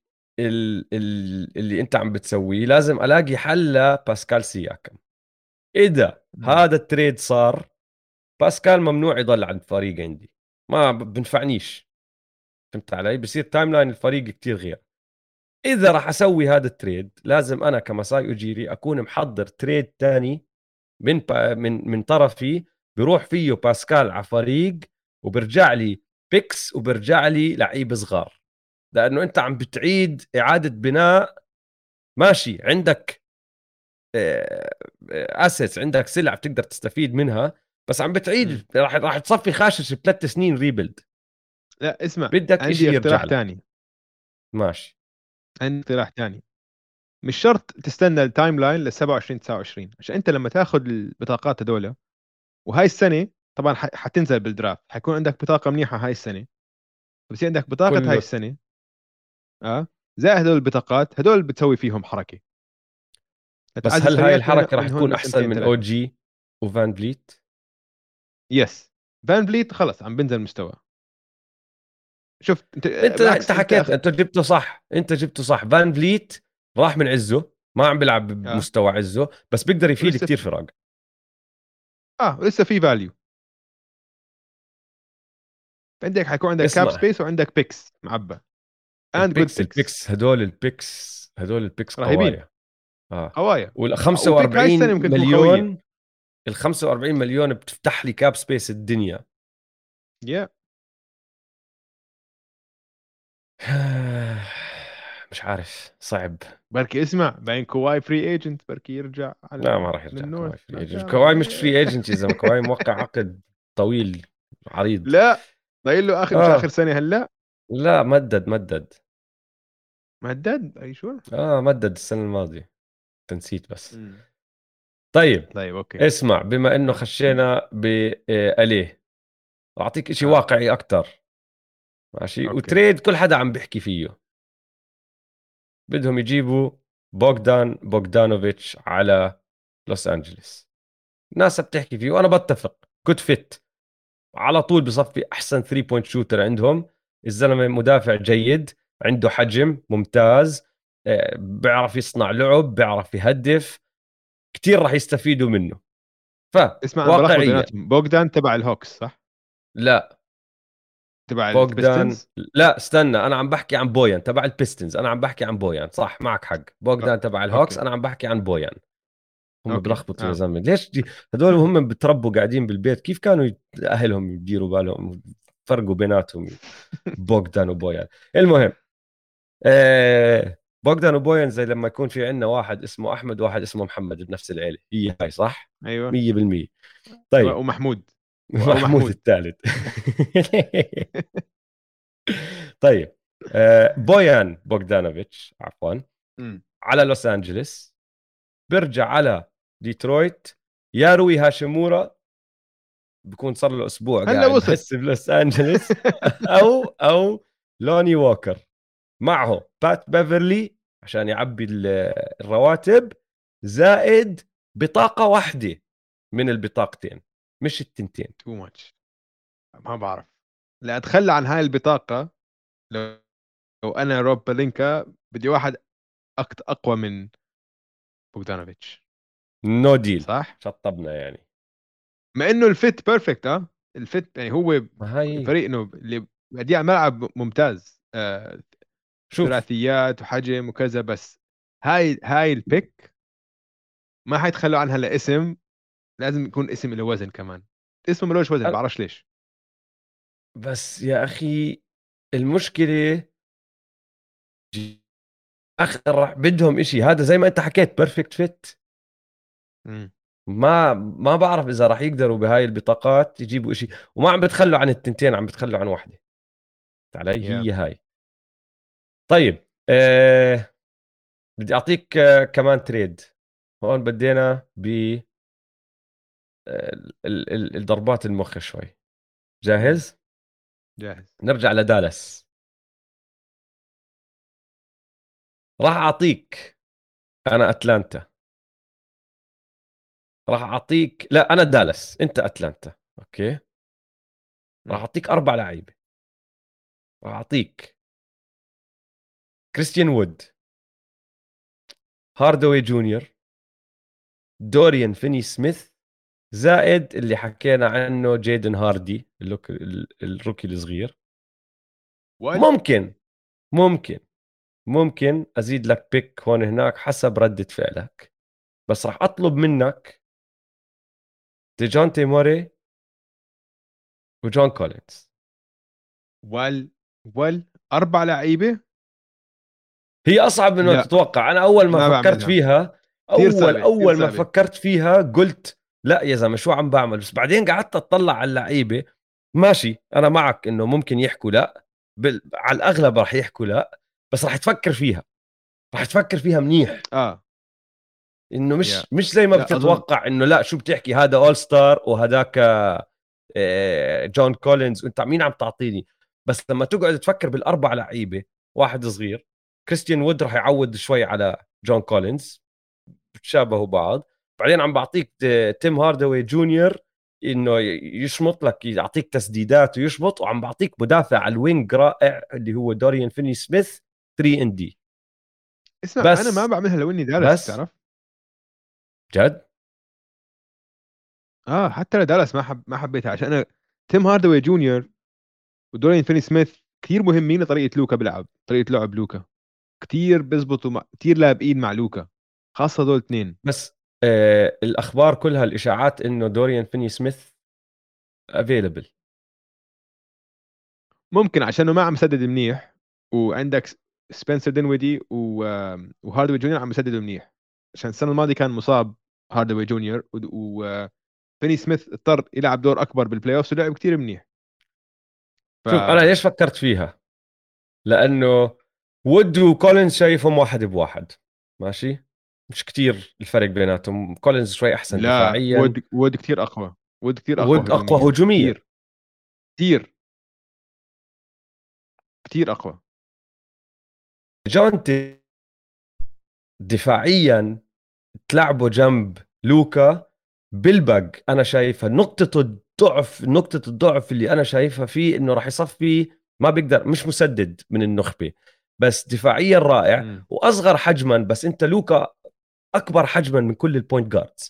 B: اللي انت عم بتسويه؟ لازم الاقي حل لباسكال سياكم. اذا
A: مم.
B: هذا التريد صار، باسكال ممنوع يضل عند فريق عندي، ما بنفعنيش. فهمت علي؟ بصير تايم لاين الفريق كتير غير. اذا راح اسوي هذا التريد، لازم انا كمساي اجيري اكون محضر تريد تاني من طرفي، بيروح فيه باسكال على فريق، وبرجع لي بيكس، وبرجع لي لعيب صغار. لانه انت عم بتعيد اعاده بناء. ماشي، عندك اسيتس، عندك سلع بتقدر تستفيد منها، بس عم
A: مم.
B: بتعيد، راح تصفي خاشش بثلاث سنين ريبيلد.
A: لا اسمع،
B: بدك إشي
A: عندي
B: يرجع
A: اقتراح
B: لك.
A: تاني.
B: ماشي.
A: عندي اقتراح تاني. مش شرط تستنى التايم لاين ل 27 29، عشان انت لما تاخذ البطاقات هذول وهاي السنه طبعا حتنزل بالدرافت، حيكون عندك بطاقه منيحه هاي السنه، بصير عندك بطاقه هاي
B: كله.
A: السنه. اه. زائد هدول البطاقات هدول بتسوي فيهم حركه،
B: بس
A: تعزز
B: هل هاي
A: فريقك
B: الحركة
A: من
B: راح
A: هون
B: تكون أحسن
A: لسنتين
B: من او
A: ثلاثه.
B: جي وفان فليت؟
A: يس. فان فليت خلص عم بنزل مستوى. شفت انت؟
B: انت
A: بالعكس انت
B: حكيت، انت جبته صح، انت جبته صح. فان فليت راح من عزه، ما عم بيلعب
A: اه.
B: بمستوى عزه، بس بيقدر يفيد
A: ولسه
B: كتير
A: في.
B: فرق.
A: ولسه في فاليو. عندك حيكون عندك كاب
B: اسمع،
A: سبيس وعندك بيكس معبى. اند جود
B: البيكس
A: بيكس.
B: البيكس هدول البيكس
A: رهيبين.
B: قوايا. اه.
A: قوايا.
B: وال
A: وبيك هاي
B: 45
A: السنه ممكن تكون قويه.
B: مليون، ال 45 مليون بتفتح لي كاب سبيس الدنيا.
A: يا.
B: مش عارف، صعب.
A: بركي اسمع، باين كواي فري ايجنت، بركي يرجع
B: لا،
A: على
B: ما راح يرجع
A: من
B: كواي
A: نورث
B: فري ايجنت.
A: داكوتا.
B: كواي مش فري ايجنت يا زلمه، كواي موقع عقد طويل عريض.
A: لا. ضايل له اخر، مش اخر
B: اه
A: سنه هلا.
B: لا، مدد.
A: مهدد اي شو.
B: اه مدد السنه الماضيه، تنسيت بس.
A: مم.
B: طيب،
A: طيب اوكي.
B: اسمع، بما انه
A: اه.
B: خشينا بآليه، اعطيك اشي
A: اه.
B: واقعي اكثر. ماشي،
A: اوكي.
B: وتريد كل حدا عم بيحكي فيه. بدهم يجيبوا بوغدانوفيتش على لوس انجلوس. ناس بتحكي فيه وانا بتفق، كنت فت على طول بصفي احسن 3 بوينت شوتر عندهم. الزلمه مدافع جيد، عنده حجم ممتاز، بيعرف يصنع لعب، بيعرف يهدف، كتير راح يستفيدوا منه.
A: اسمع، انا بلخبط
B: فواقعيا،
A: بيناتهم. بوغدان تبع الهوكس صح؟
B: لا.
A: تبع
B: بوغدان،
A: البيستنز.
B: لا استنى، انا عم بحكي عن بويان تبع البيستنز. انا عم بحكي عن بويان، صح، معك حق. بوغدان تبع الهوكس،
A: اوكي.
B: انا عم بحكي عن بويان. هم
A: اوكي.
B: بلخبطوا يا
A: اه.
B: زلمه، ليش هدول وهم بتربوا قاعدين بالبيت، كيف كانوا اهلهم يديروا بالهم، فرقوا بيناتهم بوغدان وبويان. المهم، بوغدان وبويان زي لما يكون في عندنا واحد اسمه احمد وواحد اسمه محمد بنفس العيله، هي هاي صح.
A: ايوه.
B: 100%. طيب.
A: ومحمود. او
B: محمود
A: محمود.
B: الثالث. طيب، بويان بوغدانوفيتش عفوا،
A: مم.
B: على لوس انجلوس، بيرجع على ديترويت. يا روي هاشيمورا، بكون صار له اسبوع
A: هلا
B: قاعد
A: وصل.
B: بس بلوس انجلوس. او لوني ووكر، معه بات بيفرلي عشان يعبي الرواتب، زائد بطاقة واحدة من البطاقتين، مش التنتين.
A: تو ماتش. ما بعرف. لا اتخلى عن هاي البطاقه. لو انا روب بلينكا بدي واحد اقوى من بوغدانوفيتش.
B: نو ديل.
A: صح.
B: شطبنا يعني.
A: مع انه الفيت بيرفكت. الفيت يعني هو
B: ما هي،
A: الفريق انه اللي بدي على الملعب ممتاز.
B: شوف،
A: ثلاثيات وحجم وكذا، بس هاي البيك ما حيتخلوا عنها لاسم. لازم يكون اسم له وزن كمان. اسمه ملوش وزن، بعرفش ليش.
B: بس يا اخي المشكله، راح بدهم إشي هذا زي ما انت حكيت بيرفكت فيت.
A: مم.
B: ما بعرف اذا راح يقدروا بهاي البطاقات يجيبوا إشي، وما عم بتخلوا عن التنتين، عم بتخلوا عن واحده. علي؟
A: يا
B: هي هاي. طيب بدي اعطيك كمان تريد. هون بدينا ب الضربات المخ شوي.
A: مم.
B: جاهز؟
A: جاهز.
B: نرجع لدالاس. راح اعطيك انا اتلانتا. راح اعطيك، لا انا دالاس انت اتلانتا. اوكي. راح
A: مم.
B: اعطيك 4 لعيبه. راح اعطيك كريستيان وود، هاردوي جونيور، دوريان فيني سميث، زائد اللي حكينا عنه جيدن هاردي الروكي الصغير.
A: وات.
B: ممكن ممكن ممكن ازيد لك بيك هون هناك حسب ردة فعلك، بس راح اطلب منك ديجونتي موري وجون كولينز.
A: وال وال 4 لعيبه.
B: هي اصعب من ما
A: لا،
B: تتوقع. انا اول ما
A: ما
B: فكرت
A: بعملها.
B: فيها،
A: كثير صعبه، كثير
B: اول ما
A: صعبه.
B: فكرت فيها قلت لا يا زلمه شو عم بعمل، بس بعدين قعدت اطلع على اللعيبه. ماشي انا معك انه ممكن يحكوا لا، على الاغلب راح يحكوا لا، بس راح تفكر فيها، راح تفكر فيها منيح.
A: اه.
B: انه
A: يا
B: مش زي ما
A: لا اظن.
B: بتتوقع انه لا شو بتحكي هذا اول ستار وهداك جون كولينز وانت مين عم تعطيني. بس لما تقعد تفكر بال4 لعيبه، واحد صغير كريستيان وود راح يعود شوي على جون كولينز، بتشابهوا بعض. بعدين عم بعطيك تيم هاردوي جونيور انه يشمط لك، يعطيك تسديدات ويشمط، وعم بعطيك مدافع على الوينج رائع اللي هو دوريان فيني سميث 3 ان دي.
A: اسمع، انا ما
B: بس
A: بعملها لو اني دالاس،
B: بس
A: بتعرف.
B: جد
A: اه، حتى لدالاس ما حبيتها، عشان انا تيم هاردوي جونيور ودورين فيني سميث كثير مهمين لطريقه لوكا بيلعب، طريقه لعب لوكا. كثير بيزبطوا كثير لابقين مع لوكا، خاصه دول اثنين.
B: بس الاخبار كلها الاشاعات انه دوريان فيني سميث افيلبل.
A: ممكن عشانه ما عم سدد منيح، وعندك سبنسر دينويدي وهاردوي جونيور عم يسددوا منيح، عشان السنه الماضيه كان مصاب هاردوي جونيور، وفيني سميث اضطر يلعب دور اكبر بالبلاي اوف ولعب كثير منيح. ف
B: شوف انا ليش فكرت فيها، لانه وود وكولينز شايفهم واحد بواحد، ماشي، مش كتير الفرق بيناتهم. كولينز شوي احسن
A: لا،
B: دفاعيا،
A: وود كثير اقوى. وود كثير اقوى
B: وود اقوى
A: هجوميا،
B: هجوميا.
A: كثير كثير كثير اقوى.
B: جونتي دفاعيا تلعبه جنب لوكا بيلبق، انا شايفها نقطة الضعف. نقطة الضعف اللي انا شايفها فيه انه راح يصفي، ما بيقدر، مش مسدد من النخبة، بس دفاعيا رائع
A: امم.
B: واصغر حجما. بس انت لوكا اكبر حجما من كل البوينت جاردز،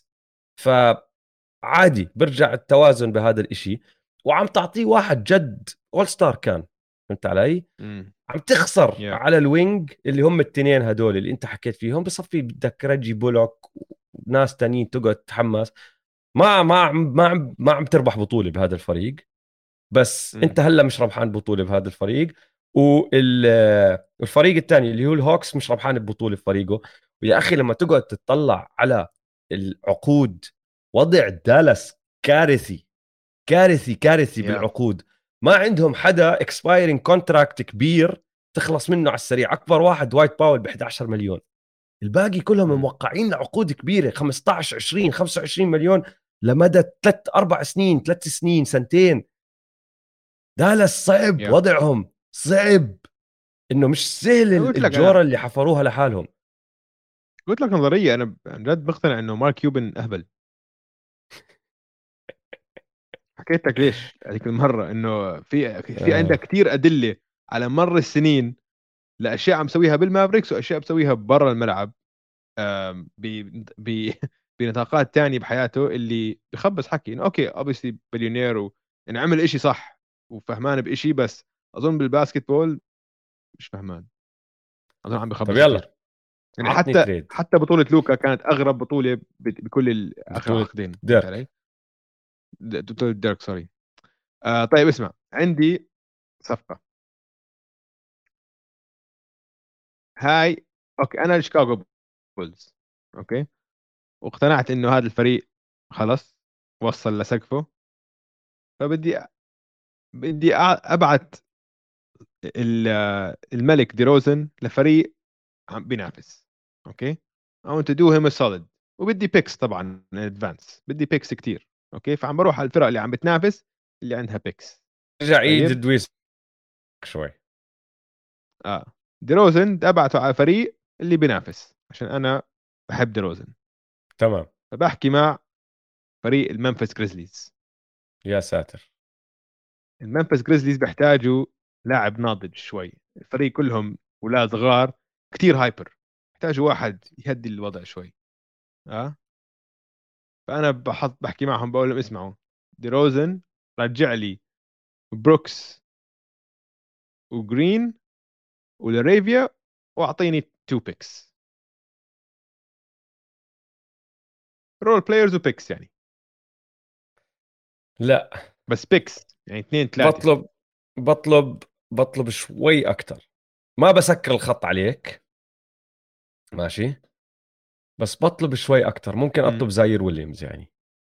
B: فعادي برجع التوازن بهذا الاشي. وعم تعطيه واحد جد اول ستار كان، فهمت علي؟
A: امم.
B: عم تخسر
A: يا
B: على الوينج اللي هم التنين هدول اللي انت حكيت فيهم. بصفي بدك رجي بولوك وناس تانيين تقعد تتحمس. ما عم تربح بطولة بهذا الفريق، بس
A: امم.
B: انت هلا مش ربحان بطولة بهذا الفريق. والفريق الثاني اللي هو الهوكس مش ربحان ببطولة في فريقه. ويا اخي لما تقعد تطلع على العقود، وضع دالاس كارثي، كارثي كارثي
A: يا
B: بالعقود. ما عندهم حدا اكسبايرنج كونتراكت كبير تخلص منه على السريع. اكبر واحد وايت باول ب 11 مليون، الباقي كلهم
A: امم.
B: موقعين عقود كبيره 15 20 25 مليون لمدى 3 4 سنين، 3 سنين، سنتين. دالاس صعب
A: يا
B: وضعهم، صعب، انه مش سهل
A: انا قلت لك
B: الجوره
A: انا
B: اللي حفروها لحالهم.
A: قلت لك نظريه، انا عن جد مقتنع انه مارك كيوبن اهبل. حكيت لك ليش هذيك المره، انه في عندك
B: آه.
A: كثير ادله على مر السنين لاشياء عم مسويها بالمافريكس واشياء بسويها برا الملعب، آم، ب ب بنطاقات تانية بحياته، اللي بخبص حكي انه اوكي اوبسلي بليونير يعني عمل اشي صح وفهمان باشي، بس اظن بالباسكت بول مش فهمان. اظن عم
B: طب
A: بخبص كثير.
B: يلا
A: يعني
B: عطني
A: حتى
B: تريد
A: بطولة لوكا كانت اغرب بطولة بكل اخر
B: بطوله
A: عقدين، فهمت علي؟
B: ديرك.
A: بطولة ديرك، سوري. طيب اسمع، عندي صفقة. هاي، اوكي، انا الشيكاغو بولز، اوكي، واقتنعت انه هذا الفريق خلص وصل لسقفه، فبدي ابعت الملك ديروزن لفريق عم بينافس. اوكي. I want to do him a solid. وبدي بيكس طبعا ادفانس، بدي بيكس كتير. اوكي، فعم بروح على الفرق اللي عم بتنافس اللي عندها بيكس.
B: رجع عيد
A: طيب.
B: دويس شوي.
A: اه. ديروزن ابعته على فريق اللي بينافس عشان انا بحب ديروزن.
B: تمام.
A: فبحكي مع فريق الممفيس جريزليز.
B: يا ساتر.
A: الممفيس جريزليز بيحتاجوا لاعب ناضج شوي. الفريق كلهم اولاد صغار، كتير هايبر. بيحتاجوا واحد يهدي الوضع شوي. اه. فانا بحكي معهم بقول لهم اسمعوا، ديروزن رجع لي بروكس وجرين ولاريفيا، واعطيني تو بيكس، رول بلايرز وبيكس يعني.
B: لا،
A: بس بيكس يعني اثنين ثلاثه.
B: بطلب بطلب بطلب شوي اكثر. ما بسكر الخط عليك، ماشي، بس بطلب شوي اكثر. ممكن
A: امم
B: اطلب زاير ويليامز يعني.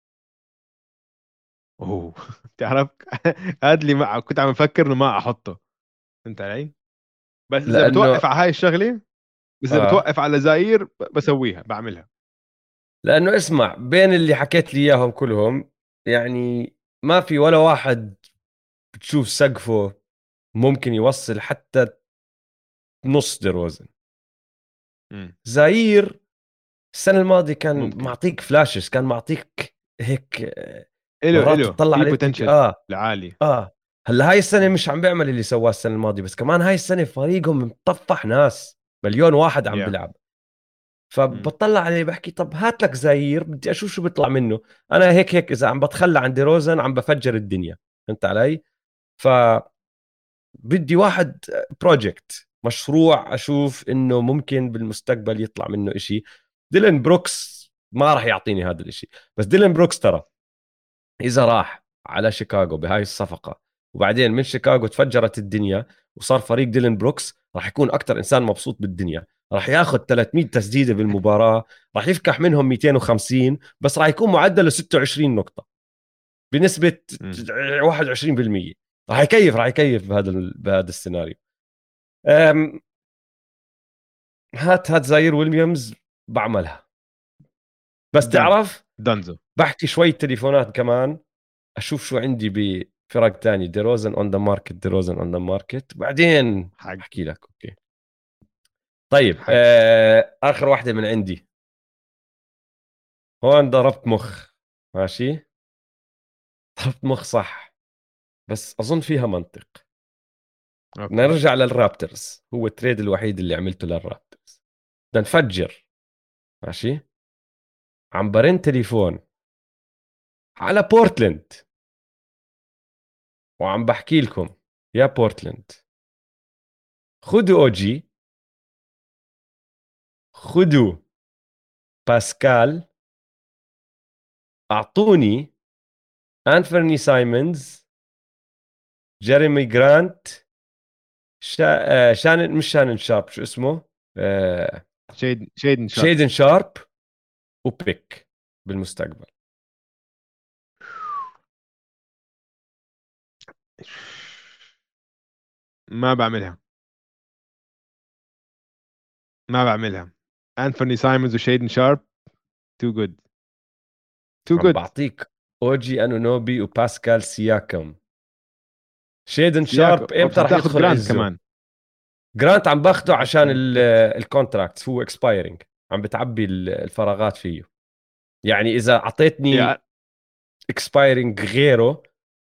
A: اوه بتعرف هذا اللي كنت عم بفكر انه ما احطه. فهمت علي؟ بس اذا
B: لانه
A: بتوقف على هاي الشغله، بس اذا
B: اه
A: بتوقف على زاير بسويها، بعملها.
B: لانه اسمع، بين اللي حكيت لي اياهم كلهم يعني ما في ولا واحد بتشوف سقفه ممكن يوصل حتى نص دروزن.
A: امم
B: زاير السنة الماضية كان
A: ممكن.
B: معطيك فلاشز، كان معطيك هيك مرات
A: له
B: تطلع
A: في
B: عليه بتحكي
A: بوتنشل
B: اه
A: العالي.
B: اه. هلا هاي السنة
A: امم
B: مش عم بيعمل اللي سواه السنة الماضية، بس كمان هاي السنة فريقهم مطفح ناس، مليون واحد عم
A: يا
B: بيلعب.
A: امم
B: فبطلع عليه بحكي طب هات لك زاير، بدي اشوف شو بيطلع منه. انا هيك اذا عم بتخلى عن دي روزن عم بفجر الدنيا. فهمت علي؟ فبدي واحد بروجكت، مشروع اشوف انه ممكن بالمستقبل يطلع منه إشي. ديلن بروكس ما راح يعطيني هذا الإشي. بس ديلن بروكس ترى اذا راح على شيكاغو بهاي الصفقة وبعدين من شيكاغو تفجرت الدنيا وصار فريق ديلن بروكس، راح يكون اكثر انسان مبسوط بالدنيا. راح ياخذ 300 تسديده بالمباراه، راح يفكح منهم 250، بس راح يكون معدله 26 نقطه بنسبه
A: امم
B: 21%. راح يكيف بهذا السيناريو. أم، هات زاير ويليامز بعملها. بس
A: دن
B: تعرف،
A: دنزو.
B: بحكي شوي تليفونات كمان، اشوف شو عندي بفرق تاني. ديروزن اون ذا ماركت، ديروزن اون ذا ماركت، بعدين
A: حق
B: احكي لك. اوكي طيب،
A: حق.
B: اخر واحدة من عندي. هون ضربت مخ، ماشي، ضربت مخ صح، بس اظن فيها منطق.
A: اوكي.
B: نرجع للرابترز، هو التريد الوحيد اللي عملته للرابترز. بدنا نفجر، ماشي. عم برن تليفون على بورتلاند وعم بحكي لكم يا بورتلاند، خذوا اوجي، خذوا باسكال، اعطوني انفرني سايمونز، جيريمي جرانت، شانن، مش شانن شارب، شو اسمه، آه...
A: شيدن شارب.
B: شيدن شارب، وبيك بالمستقبل.
A: ما بعملها، ما بعملها. انثوني سايمونز وشيدن شارب، تو جود، تو
B: عم
A: جود.
B: بعطيك اوجي انونوبي وباسكال سياكم. شيدن
A: سياك
B: شارب امتى
A: عم
B: راح
A: تاخذ
B: يدخل
A: جرانت
B: عزه؟
A: كمان.
B: جرانت عم باخده عشان
A: عشان بيكس.
B: الكونتراكت، هو اكسبايرنج، عم بتعبي الفراغات فيه. يعني اذا
A: يا
B: اعطيتني اكسبايرنج غيره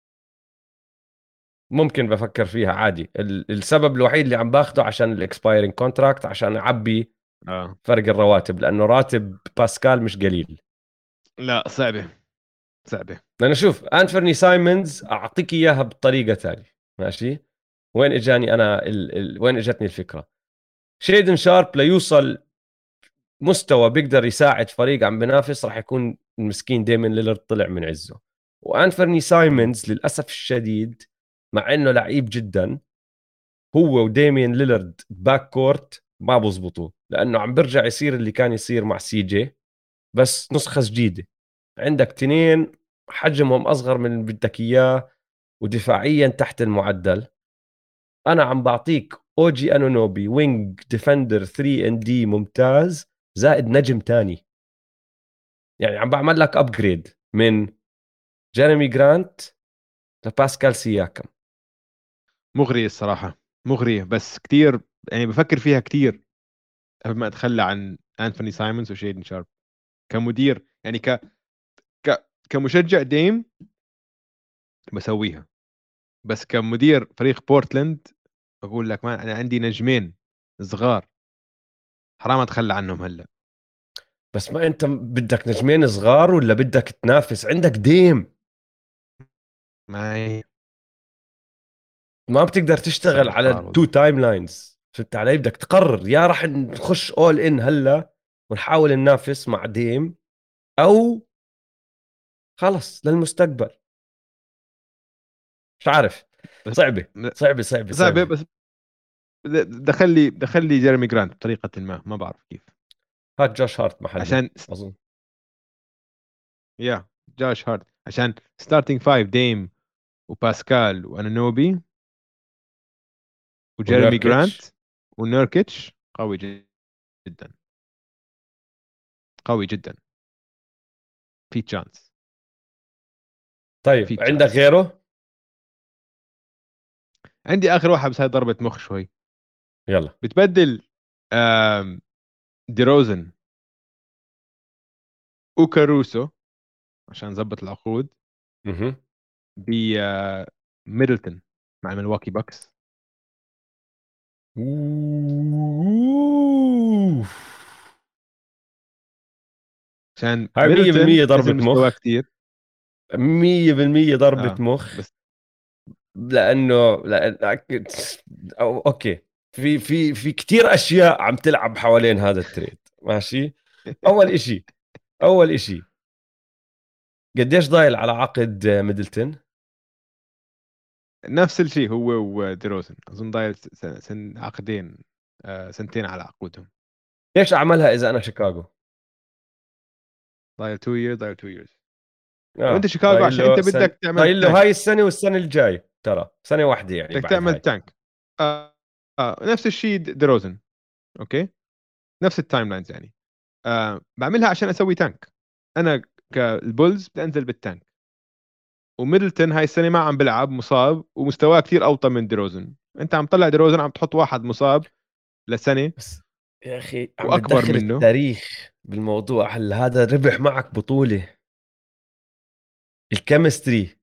B: ممكن بفكر فيها عادي. السبب الوحيد اللي عم باخده عشان الاكسبايرنج كونتراكت، عشان اعبي
A: اه.
B: فرق الرواتب، لانه راتب باسكال مش قليل.
A: لا، صعبة، صعبة.
B: لانه شوف، انفرني سايمونز اعطيك اياها بطريقه ثانيه، ماشي. وين اجاني انا وين اجتني الفكره؟ شيدن شارب ليوصل مستوى بيقدر يساعد فريق عم بينافس، راح يكون المسكين ديمن ليلرد طلع من عزه. وانفرني
A: مم.
B: سايمونز للاسف الشديد، مع انه لعيب جدا، هو وديمين ليلرد باك كورت ما بزبطوا، لانه عم برجع يصير اللي كان يصير مع سي جي، بس نسخه جديده. عندك تنين حجمهم اصغر من اللي بدك اياه، ودفاعيا تحت المعدل. انا عم بعطيك او جي انونوبي وينج ديفندر 3 ان دي ممتاز زائد نجم تاني. يعني عم بعمل لك ابجريد من جيريمي جرانت لباسكال سياكم.
A: مغري الصراحه، مغري، بس كتير يعني بفكر فيها كتير قبل ما اتخلى عن انثوني سايمونز وشيدن شارب كمدير، يعني كمشجع ديم بسويها، بس كمدير فريق بورتلاند بقول لك ما انا عندي نجمين صغار، حرام اتخلى عنهم هلا.
B: بس ما انت بدك نجمين صغار ولا بدك تنافس؟ عندك ديم،
A: ما هي
B: ما بتقدر تشتغل
A: صحيح
B: على
A: قرار
B: التو
A: والله.
B: تايم لاينز. فهمت علي؟ بدك تقرر يا راح نخش اول ان هلا ونحاول ننافس مع ديم، او خلص للمستقبل. مش عارف.
A: بس
B: صعبة صعبة صعبة
A: صعبة،
B: صعبة.
A: بس دخل لي جيرمي جرانت بطريقة ما بعرف كيف.
B: هات جوش هارت محله
A: عشان
B: اظن.
A: يا جاش هارد عشان ستارتنج فايف ديم وباسكال وانانوبي وجيرمي جرانت
B: ونيركيتش.
A: ونيركيتش قوي جدا، قوي جدا، في تشانس،
B: طيب
A: في
B: عندك
A: تشانس.
B: غيره؟
A: عندي اخر واحد بس هاي ضربة مخ شوي.
B: يلا.
A: بتبدل آم، ديروزن وكاروسو عشان نظبط العقود
B: اها.
A: بميدلتون مع الملواكي باكس،
B: أوه.
A: عشان
B: هاي
A: ميدلتون
B: 100%
A: نزل
B: ضربة
A: مستواه
B: مخ.
A: كثير.
B: 100% ضربة
A: اه
B: مخ.
A: بس
B: لأن أوكي، في كتير أشياء عم تلعب حوالين هذا التريد. ماشي. أول إشي أول إشي قديش ضايل على عقد ميدلتون؟
A: نفس الشيء هو وديروزن، اظن ضايل عقدين، سنتين على عقودهم.
B: ليش أعملها إذا أنا شيكاغو؟
A: ضايل 2 years، ضايل 2 years. وانت شيكاغو
B: ضايل
A: عشان انت
B: له
A: بدك تعمل
B: ضايل له
A: تانك،
B: هاي السنة والسنة الجاي، ترى سنة واحدة يعني
A: بدك
B: بعد
A: تعمل
B: هاي.
A: تانك. نفس الشيء ديروزن، اوكي، نفس التايم لاينز يعني. بعملها عشان اسوي تانك. انا كالبولز بدي انزل بالتانك، وميدلتون هاي السنه ما عم بلعب، مصاب، ومستواه كثير اوطى من ديروزن. انت عم تطلع ديروزن عم تحط واحد مصاب لسنه
B: بس يا أخي عم
A: واكبر
B: بتدخل
A: منه.
B: التاريخ بالموضوع. هل هذا ربح معك بطولة؟ الكيمستري.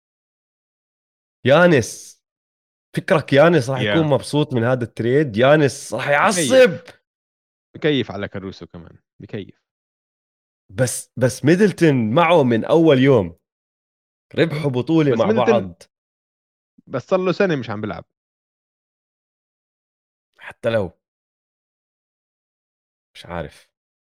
B: يانس، فكرك يانس راح يكون
A: يا
B: مبسوط من هذا التريد؟ يانس راح يعصب.
A: بكيف، بكيف على كاروسو كمان، بكيف.
B: بس ميدلتون معه من اول يوم، ربحوا بطولة
A: بس
B: مع
A: ميدلتون
B: بعض.
A: بس صار له سنه مش عم بلعب.
B: حتى لو، مش عارف،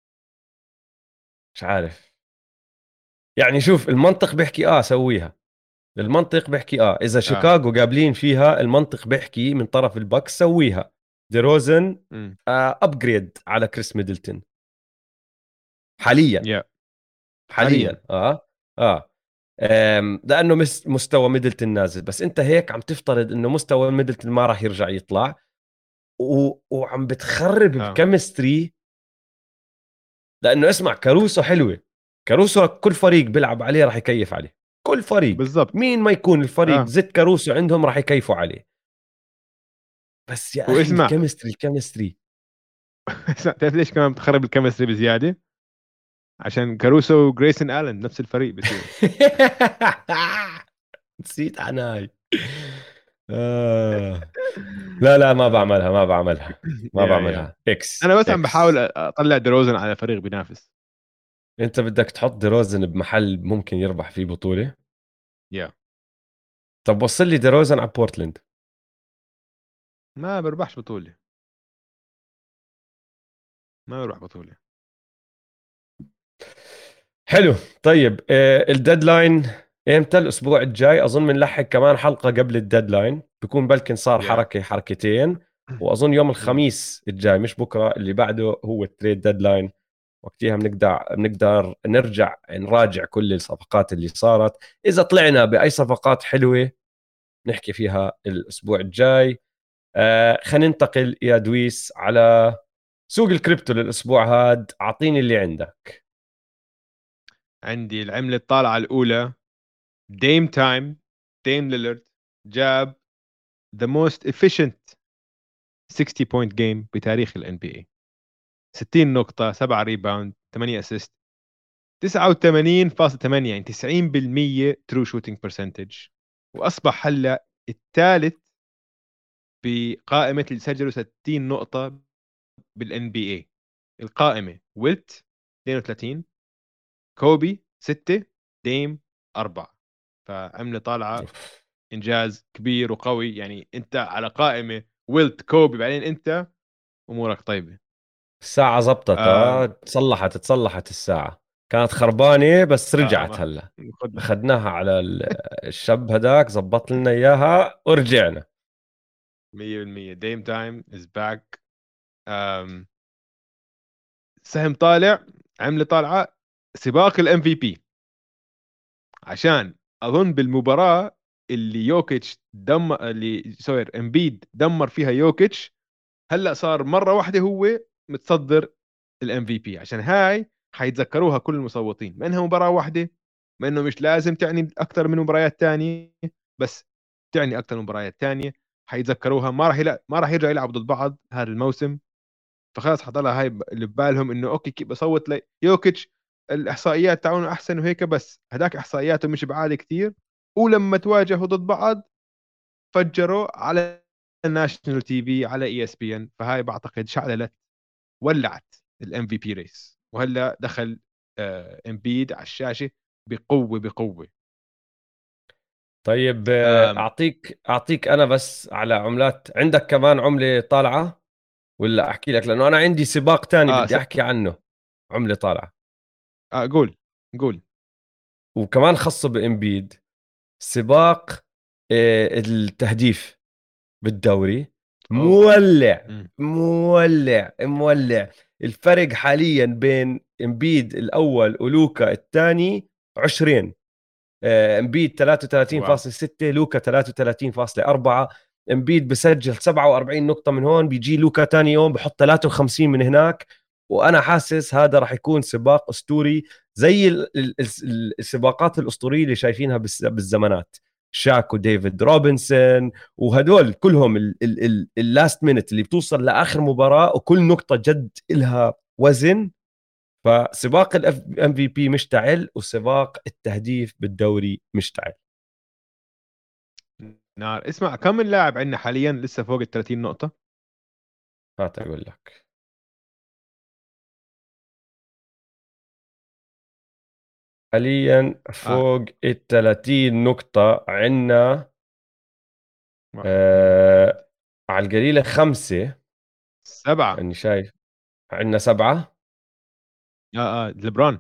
B: مش عارف. يعني شوف، المنطق بيحكي سويها. المنطق بيحكي اذا
A: اه
B: شيكاغو قابلين فيها، المنطق بيحكي من طرف البكس سويها. ديروزن
A: امم
B: ابجريد على كريس ميدلتون حاليا.
A: يا حاليا.
B: حاليا لانه مستوى ميدلتون نازل. بس انت هيك عم تفترض انه مستوى ميدلتون ما راح يرجع يطلع، وعم بتخرب
A: اه
B: بكيمستري. لانه اسمع، كاروسو حلوه. كاروسو كل فريق بيلعب عليه راح يكيف عليه. كل فريق،
A: بالضبط.
B: مين ما يكون الفريق
A: اه
B: زد كاروسو عندهم راح يكيفوا عليه. بس يا اخي
A: واسمع
B: الكيمستري.
A: تعرف ليش كمان بتخرب الكيمستري بزياده؟ عشان كاروسو وجريسون الن نفس الفريق بصيروا.
B: نسيت عن هاي. لا لا، ما بعملها ما بعملها ما
A: يا
B: بعملها. اكس
A: انا بس عم بحاول
B: اكس.
A: اطلع دروزن على فريق بينافس.
B: انت بدك تحط ديروزن بمحل ممكن يربح فيه بطولة؟
A: يا
B: طب وصل لي ديروزن على بورتلاند.
A: ما بربحش بطوله، ما بربح بطوله.
B: حلو. طيب الديدلاين امتى؟ الاسبوع الجاي اظن بنلحق كمان حلقة قبل الديدلاين، بكون بلكن صار
A: يا
B: حركة حركتين. واظن يوم
A: أمم.
B: الخميس الجاي، مش بكرة، اللي بعده هو التريد ديدلاين. وقتها بنقدر نرجع نراجع كل الصفقات اللي صارت. اذا طلعنا باي صفقات حلوة نحكي فيها الاسبوع الجاي. خلينا ننتقل يا دويس على سوق الكريبتو للأسبوع هاد. أعطيني اللي عندك.
A: عندي العملة الطالعة الأولى ديم تايم. ديم ليلرد جاب the most efficient 60 point game بتاريخ ال NBA. 60 نقطة، 7 ريباوند، 8 اسيست، 89.8 يعني 90% ترو شوتينج برسنتج. واصبح هلا الثالث بقائمة اللي سجلوا 60 نقطة بالان بي اي. القائمة ويلت 32، كوبي 6، ديم 4. فعملة طالعة انجاز كبير وقوي. يعني انت على قائمة ويلت كوبي بعدين انت امورك طيبة.
B: الساعة زبطت،
A: آه
B: تصلحت الساعة، كانت خربانة بس رجعت
A: ما
B: هلا.
A: خد
B: أخذناها على الشاب هداك، زبط لنا إياها ورجعنا.
A: 100% ديم تايم از باك. سهم طالع، عملة طالعة. سباق الام في بي، عشان اظن بالمباراة اللي يوكيتش اللي سوير امبيد دمر فيها يوكيتش، هلا صار مرة واحدة هو متصدر الام في بي. عشان هاي حيتذكروها كل المصوتين، ما انها مباراة واحدة، ما انه مش لازم تعني اكثر من مباريات تانية، بس تعني اكثر من مباريات تانية حيتذكروها. ما راح يرجع يلعبوا ضد بعض هذا الموسم. فخلاص حطلها هاي اللي ببالهم انه اوكي بصوت يوكيتش، الاحصائيات تاعونه احسن وهيك، بس هداك احصائياته مش بعالي كثير. ولما تواجهوا ضد بعض فجروا على الناشونال تي في، على اي اس بي ان. فهاي بعتقد شعللت، ولعت الام في بي ريس. وهلا دخل امبيد على الشاشه بقوه بقوه.
B: طيب،
A: آم،
B: أعطيك أنا بس على عملات. عندك كمان عملة طالعة ولا أحكي لك؟ لأنه أنا عندي سباق تاني
A: اه
B: بدي
A: س...
B: أحكي عنه، عملة طالعة
A: قول قول.
B: وكمان خاصة بإمبيد. سباق التهديف بالدوري
A: اوف.
B: مولع
A: مم.
B: مولع مولع. الفرق حاليا بين امبيد الاول ولوكا الثاني 20. امبيد
A: واو.
B: 33.6، لوكا 33.4. امبيد بسجل 47 نقطة من هون، بيجي لوكا تاني يوم بحط 53 من هناك. وانا حاسس هذا راح يكون سباق اسطوري، زي السباقات الاسطورية اللي شايفينها بالزمانات. شاك وديفيد روبنسون وهدول كلهم اللاست مينت اللي بتوصل لاخر مباراة وكل نقطة جد إلها وزن. فسباق الام في بي مشتعل، وسباق التهديف بالدوري مشتعل.
A: نار. اسمع، كم من لاعب عندنا حاليا لسه فوق ال 30 نقطه؟
B: هات اقول لك. حاليا
A: اه
B: فوق ال 30 نقطة عندنا
A: واحد اثنين
B: آه على القليلة خمسة.
A: سبعة.
B: اني شايف عندنا سبعة.
A: اه ليبرون.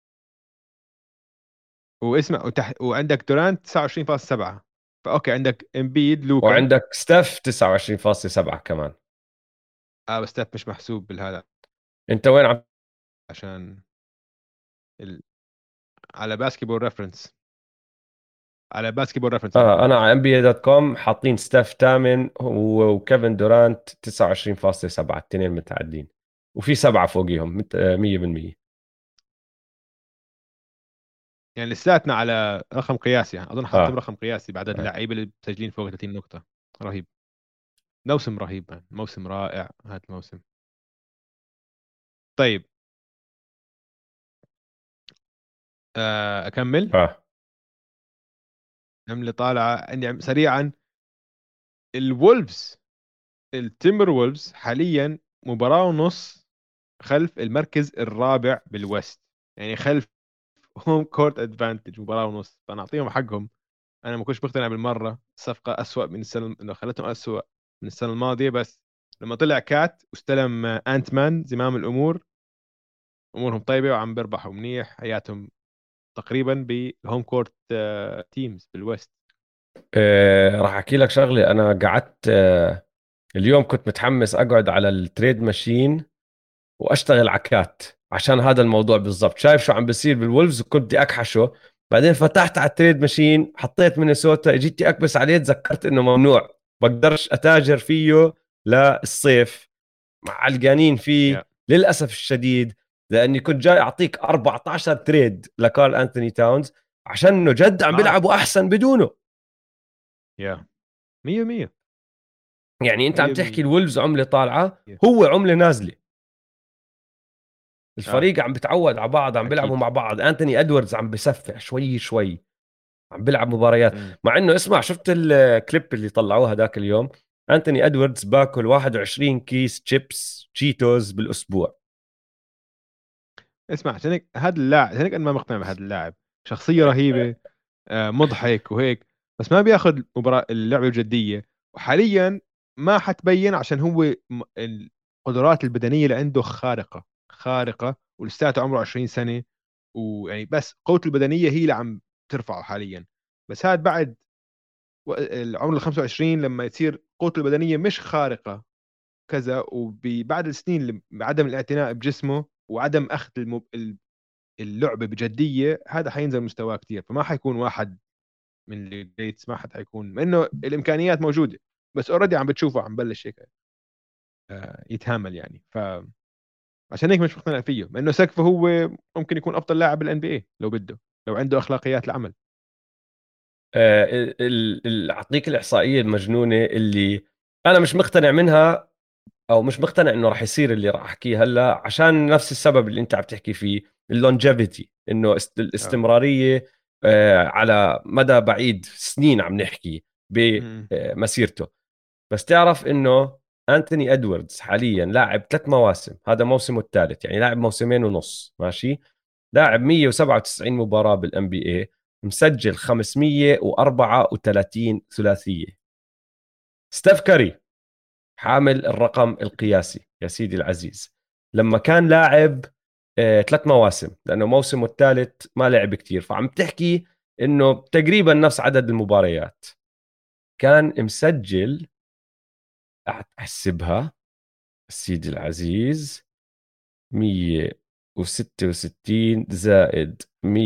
A: واسمع وعندك دورانت 29.7. فاوكي عندك امبيد، لوكا.
B: وعندك ستاف 29.7 كمان.
A: اه بس ستيف مش محسوب بالهذا،
B: انت وين عم؟
A: عشان ال... على باسكتبول ريفرنس. على باسكتبول ريفرنس انا
B: انا
A: فوت.
B: على NBA.com حاطين ستاف ثامن وكيفن دورانت 29.7، الاثنين متعدين، وفي سبعة فوقيهم 100%.
A: يعني لساتنا على رقم قياسي، يعني اظن حاطين
B: اه
A: رقم قياسي بعدد
B: آه.
A: اللعيبه اللي مسجلين فوق 30 نقطه. رهيب. موسم رهيب man. موسم رائع هذا الموسم. طيب اكمل.
B: اه
A: نملة طالعه عندي سريعا. الولفز، التيمبر وولفز حاليا مباراة ونص خلف المركز الرابع بالوست. يعني خلف هوم كورت ادفانتج مباراة ونص. فنعطيهم حقهم. انا ما كنتش مقتنع بالمرة. الصفقة أسوأ من السنة، انه خلتهم أسوأ من السنة الماضية. بس لما طلع كات واستلم انت مان زمام الامور، امورهم طيبة وعم بيربحوا منيح حياتهم تقريبا بالهوم كورت تيمز بالوست.
B: راح احكي لك شغله. انا قعدت اليوم كنت متحمس اقعد على التريد ماشين واشتغل عكات عشان هذا الموضوع بالضبط. شايف شو عم بيصير بالولفز وكنت بدي اكحشه. بعدين فتحت على التريد ماشين، حطيت مينيسوتا، اجيتي اكبس عليه تذكرت انه ممنوع. بقدرش اتاجر فيه للصيف، علقانين فيه
A: يا
B: للاسف الشديد، لاني كنت جاي اعطيك 14 تريد لكارل انثوني تاونز عشان انه جد عم
A: اه
B: بيلعبوا احسن بدونه.
A: يا 100%.
B: يعني انت عم تحكي
A: 100%.
B: الولفز عمله طالعه، هو عمله نازله.
A: اه
B: الفريق عم بتعود على بعض، عم بيلعبوا
A: اكيد.
B: مع بعض. انتوني ادواردز عم بسفح شوي شوي، عم بيلعب مباريات.
A: مم.
B: مع انه اسمع، شفت الكليب اللي طلعوه هذاك اليوم؟ انتوني ادواردز باكل 21 كيس تشيبس تشيتوز بالاسبوع.
A: اسمع، عشان هيك هذا اللاعب، عشان هيك انا ما مقتنع بهذا اللاعب. شخصيه رهيبه، مضحك وهيك، بس ما بياخذ مباراة اللعبه بجديه. وحاليا ما حتبين عشان هو القدرات البدنيه اللي عنده خارقه خارقه، ولساته عمره 20 سنه. ويعني بس قوته البدنيه هي اللي عم ترفعه حاليا. بس هذا بعد العمر ال 25 لما يصير قوته البدنيه مش خارقه كذا، وبعد السنين بعدم الاعتناء بجسمه وعدم اخذ اللعبه بجديه، هذا حينزل مستواه كثير. فما حيكون واحد من الجريتس، ما حد حيكون، مع انه الامكانيات موجوده. بس اوريدي عم بتشوفه عم بلش هيك يتهامل يعني. فعشان هيك مش مقتنع فيه، مع انه سقفه هو ممكن يكون افضل لاعب بالان بي اي لو بده، لو عنده اخلاقيات العمل.
B: اعطيك الاحصائيه المجنونه اللي انا مش مقتنع منها، او مش مقتنع انه راح يصير اللي راح احكيه هلا، عشان نفس السبب اللي انت عم تحكي فيه، اللونجيفيتي، انه
A: اه
B: الاستمراريه على مدى بعيد، سنين عم نحكي
A: م-
B: بمسيرته. بس تعرف انه انتوني ادواردز حاليا لاعب 3 مواسم، هذا موسمه الثالث، يعني لاعب موسمين ونص ماشي، لاعب 197 مباراة بالان بي اي، مسجل 534 ثلاثية. ستيف كاري حامل الرقم القياسي يا سيدي العزيز، لما كان لاعب 3 مواسم، لأنه موسمه الثالث ما لعب كتير، فعم تحكي إنه تقريبا نفس عدد المباريات. كان مسجل، أحسبها سيدي العزيز، 166 زائد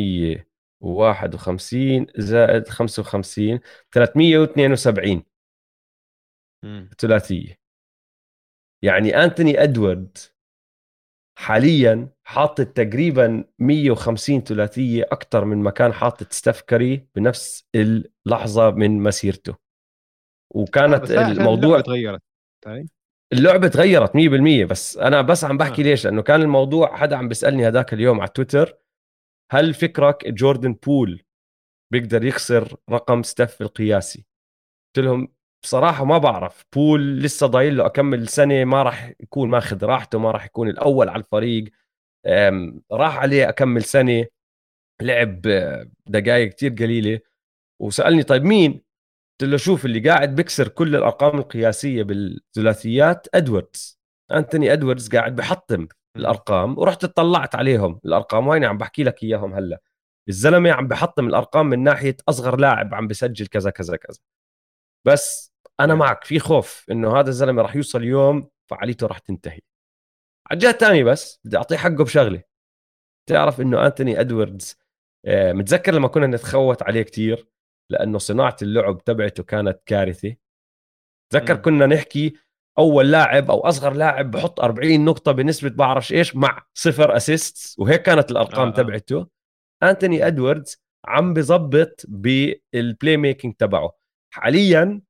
B: 151 زائد 55، 372
A: م.
B: ثلاثية. يعني أنتوني أدوارد حاليا حاطط تقريبا 150 ثلاثية أكثر من ما كان حاطط ستيف كاري بنفس اللحظة من مسيرته.
A: اه
B: وكانت
A: بس هاي عشان اللعبه
B: الموضوع،
A: تغيرت. طيب.
B: اللعبة تغيرت 100%. بس أنا بس عم
A: اه
B: بحكي ليش، لأنه كان الموضوع حدا عم بيسألني هذاك اليوم على تويتر، هل فكرك جوردن بول بيقدر يكسر رقم ستيف القياسي؟ قلت لهم بصراحة ما بعرف، بول لسه ضايل له أكمل سنة، ما راح يكون ماخذ راحته، ما راح يكون الأول على الفريق. راح عليه أكمل سنة، لعب دقائق كتير قليلة. وسألني طيب مين؟ قلت له شوف، اللي قاعد بيكسر كل الأرقام القياسية بالثلاثيات أدواردز، أنتوني أدواردز قاعد بحطم
A: م.
B: الأرقام، ورحت اطلعت عليهم الأرقام، وين عم بحكي لك إياهم هلأ. الزلمة عم بحطم الأرقام من ناحية أصغر لاعب عم بسجل كذا كذا كذا. بس أنا
A: يا
B: معك، في خوف إنه هذا الزلمة راح يوصل يوم فعاليته راح تنتهي. على الجهة الثانية بس بدي أعطيه حقه بشغلة، تعرف إنه أنتوني أدواردز متذكر لما كنا نتخوت عليه كتير لأنه صناعة اللعب تبعته كانت كارثة. تذكر
A: م.
B: كنا نحكي أول لاعب أو أصغر لاعب بحط 40 نقطة بنسبة بعرفش إيش مع 0 أسيست، وهيك كانت الأرقام
A: اه
B: تبعته. أنتوني
A: م.
B: أدواردز عم بزبط بالبلاي ميكينج تبعه حاليا.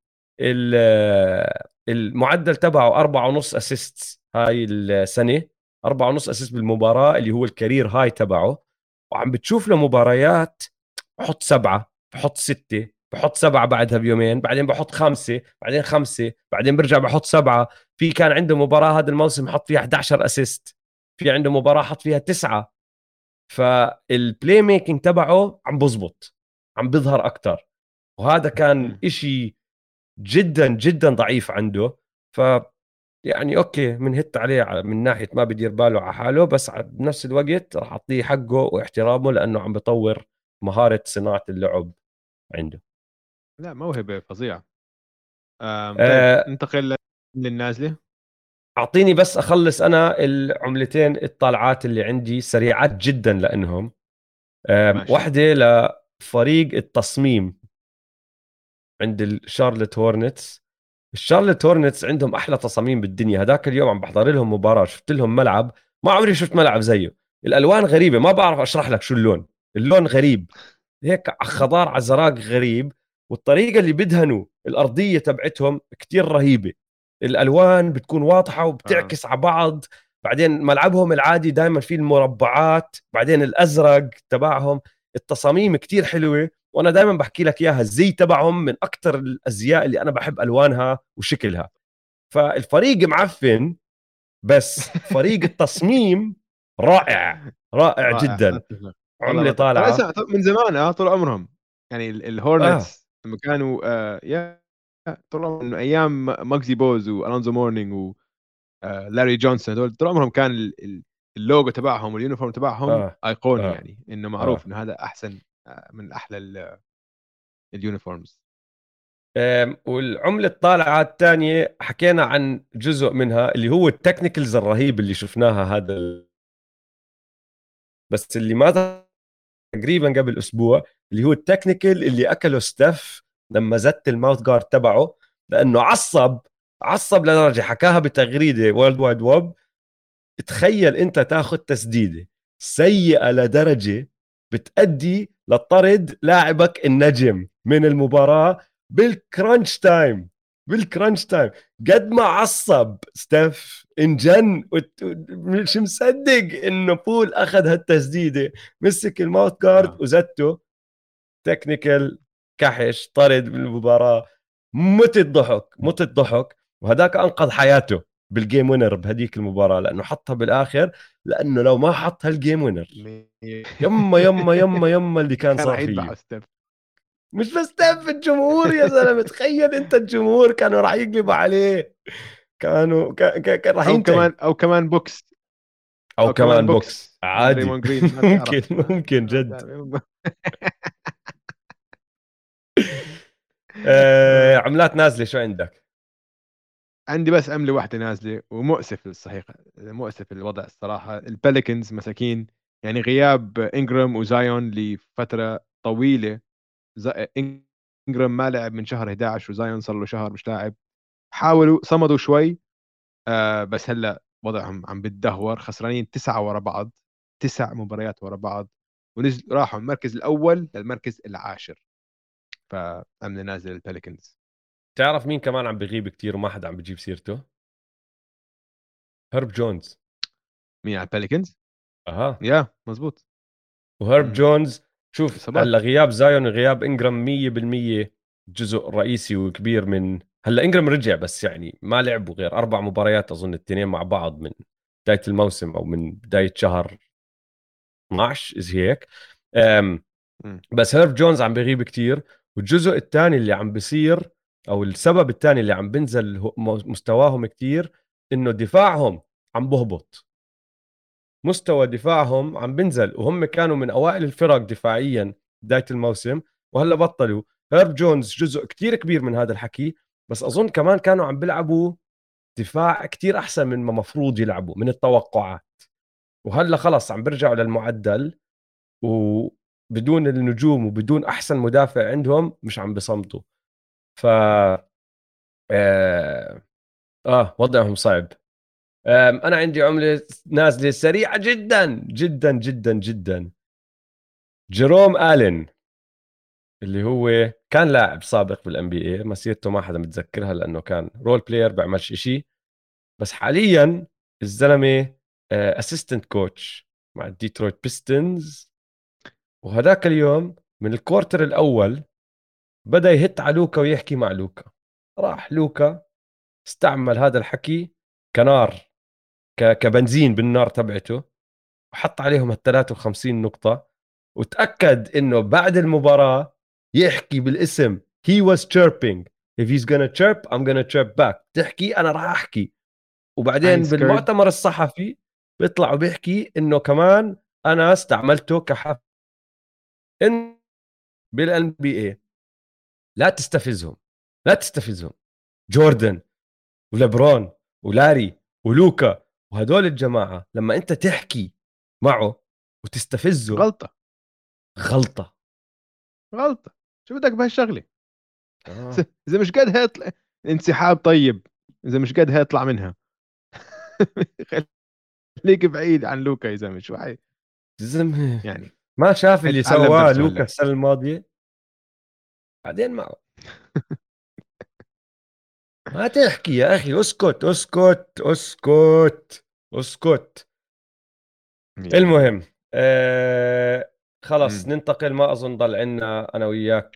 B: المعدل تبعه 4.5 أسيست هاي السنة، 4.5 أسيست بالمباراة اللي هو الكارير هاي تبعه. وعم بتشوف له مباريات بحط 7، بحط 6، بحط 7 بعدها بيومين، بعدين بحط 5، بعدين 5، بعدين برجع بحط 7. في كان عنده مباراة هذا الموسم حط فيها 11 أسيست، في عنده مباراة حط فيها 9. فالبلاي ميكينج تبعه عم بزبط، عم بيظهر أكتر، وهذا كان
A: م.
B: إشي جدا جدا ضعيف عنده. ف يعني اوكي هت عليه من ناحيه ما بدير باله على حاله، بس بنفس الوقت راح اعطيه حقه واحترامه لانه عم بطور مهاره صناعه اللعب عنده.
A: لا موهبه فظيعه. طيب
B: آه،
A: ننتقل للنازله.
B: اعطيني بس اخلص انا العملتين الطالعات اللي عندي سريعات جدا لانهم
A: ماشي.
B: واحده لفريق التصميم عند الشارلوت هورنتس. الشارلوت هورنتس عندهم احلى تصاميم بالدنيا. هذاك اليوم عم بحضر لهم مباراه، شفت لهم ملعب ما عمري شفت ملعب زيه. الالوان غريبه، ما بعرف اشرح لك شو اللون. اللون غريب، هيك خضار على زراق غريب. والطريقه اللي بدهنوا الارضيه تبعتهم كتير رهيبه. الالوان بتكون واضحه
A: آه.
B: وبتعكس على بعض. بعدين ملعبهم العادي دائما فيه المربعات، بعدين الازرق تبعهم. التصاميم كتير حلوه، وانا دائما بحكي لك اياها، الزي تبعهم من اكثر الازياء اللي انا بحب الوانها وشكلها. فالفريق معفن، بس فريق التصميم رائع، رائع
A: رائع،
B: جدا.
A: اتفق. والله
B: عملة
A: بتفق. ترى
B: طالعة.
A: من زمان، طول عمرهم، يعني
B: اه
A: الهورنتس لما كانوا يا طول عمرهم من ايام ماكسي بوز والونزو مورنينج ولاري جونسون، دول طول عمرهم كان اللوجو تبعهم واليونيفورم تبعهم
B: اه
A: ايقوني،
B: اه
A: يعني انه معروف
B: اه
A: انه هذا احسن من احلى اليونيفورمز.
B: والعملة الطالعة الثانية حكينا عن جزء منها اللي هو التكنيكلز الرهيب اللي شفناها هذا بس اللي ما تقريبا قبل اسبوع، اللي هو التكنيكال اللي اكله ستيف لما زت الماوث جارد تبعه، لانه عصب لدرجه حكاها بتغريده وورلد وايد ويب. تخيل انت تاخذ تسديده سيئه لدرجه بتأدي لطرد لاعبك النجم من المباراه بالكرانش تايم. بالكرانش تايم قد ما عصب ستيف انجن مش مصدق انه بول اخذ هالتسديده، مسك الماوث جارد
A: اه.
B: وزته تكنيكال، كحش طرد من المباراه. مت الضحك مت الضحك. وهداك انقذ حياته بالجيم وينر بهديك المباراه، لانه حطها بالاخر. لانه لو ما حط هالجيم وينر، يما يما يما يما اللي كان
A: كان راح
B: صار
A: يذبحوا
B: فيه.
A: ستيف.
B: مش بس تف الجمهور يا زلمه، تخيل انت الجمهور كانوا راح يقلبوا عليه. كان راح ينتهي.
A: او كمان بوكس.
B: او
A: او كمان
B: كمان بوكس
A: بوكس مع
B: عادي.
A: دريمون جرين، ما
B: ممكن
A: تعرف
B: ممكن جد.
A: ما
B: عملات نازله شو عندك؟
A: عندي بس عملة واحدة نازلة ومؤسف الصحيح، مؤسف الوضع الصراحة. الباليكنز مساكين، يعني غياب انجرام وزايون لفترة طويلة. انجرام ما لعب من شهر 11، وزايون صار له شهر مش لاعب. حاولوا صمدوا شوي، بس هلا وضعهم عم بتدهور، خسرانين 9 ورا بعض، 9 مباريات ورا بعض، ونزل راحوا من المركز الأول للمركز العاشر. فأمن نازل الباليكنز.
B: تعرف مين كمان عم بغيب كتير وما حدا عم بجيب سيرته؟ هرب جونز.
A: مين على الباليكنز؟
B: اها.
A: يا مزبوط.
B: وهرب
A: مم.
B: جونز، شوف هلا
A: إصابات.
B: غياب زايون وغياب انجرام 100% جزء رئيسي وكبير من. هلا انجرام رجع، بس يعني ما لعبوا غير 4 مباريات اظن، التنين مع بعض من بدايه الموسم او من بدايه شهر 12 اذا هيك. أم،
A: مم.
B: بس هيرب جونز عم بغيب كتير. والجزء الثاني اللي عم بصير، او السبب الثاني اللي عم بنزل مستواهم كتير، انه دفاعهم عم بهبط. مستوى دفاعهم عم بنزل، وهم كانوا من اوائل الفرق دفاعيا بدايه الموسم، وهلا بطلوا. هيرب جونز جزء كتير كبير من هذا الحكي، بس اظن كمان كانوا عم بيلعبوا دفاع كتير احسن من ما مفروض يلعبوا من التوقعات. وهلا خلص عم بيرجعوا للمعدل، وبدون النجوم وبدون احسن مدافع عندهم مش عم بصمتوا. ف آه, وضعهم صعب. انا عندي عملة نازلة سريعة جدا جدا جدا جدا. جيروم آلين، اللي هو كان لاعب سابق بالان بي اي، مسيرته ما حدا متذكرها لانه كان رول بلاير بيعملش إشي. بس حاليا الزلمه اسيستنت كوتش مع ديترويت بيستنز. وهداك اليوم من الكورتر الاول بدا يهت على لوكا ويحكي مع لوكا. راح لوكا استعمل هذا الحكي كنار، كبنزين بالنار تبعته، وحط عليهم ال 53 نقطة. وتأكد انه بعد المباراة يحكي بالاسم. he was chirping. if he's gonna chirp I'm gonna chirp back. تحكي انا راح احكي. وبعدين
A: هاينز كيرد.
B: بالمؤتمر الصحفي بيطلع وبيحكي انه كمان انا استعملته كحف ان بالان بي اي. لا تستفزهم، لا تستفزهم. جوردن وليبرون ولاري ولوكا وهدول الجماعة لما انت تحكي معه وتستفزه
A: غلطة.
B: غلطة.
A: غلطة. شو بدك بهالشغلة؟
B: آه.
A: إذا مش قد هيك انسحاب طيب، اذا مش قد هيطلع منها. خليك بعيد عن لوكا يا زلمه، شو هاي
B: زلمه
A: يعني.
B: ما شاف اللي
A: حيتعلم
B: سواه
A: درسه
B: لوكا
A: هلا.
B: السنه الماضيه. بعدين ما تحكي يا اخي، اسكت اسكت اسكت اسكت.
A: يعني
B: المهم خلص
A: امم
B: ننتقل. ما اظن ضل عندنا انا وياك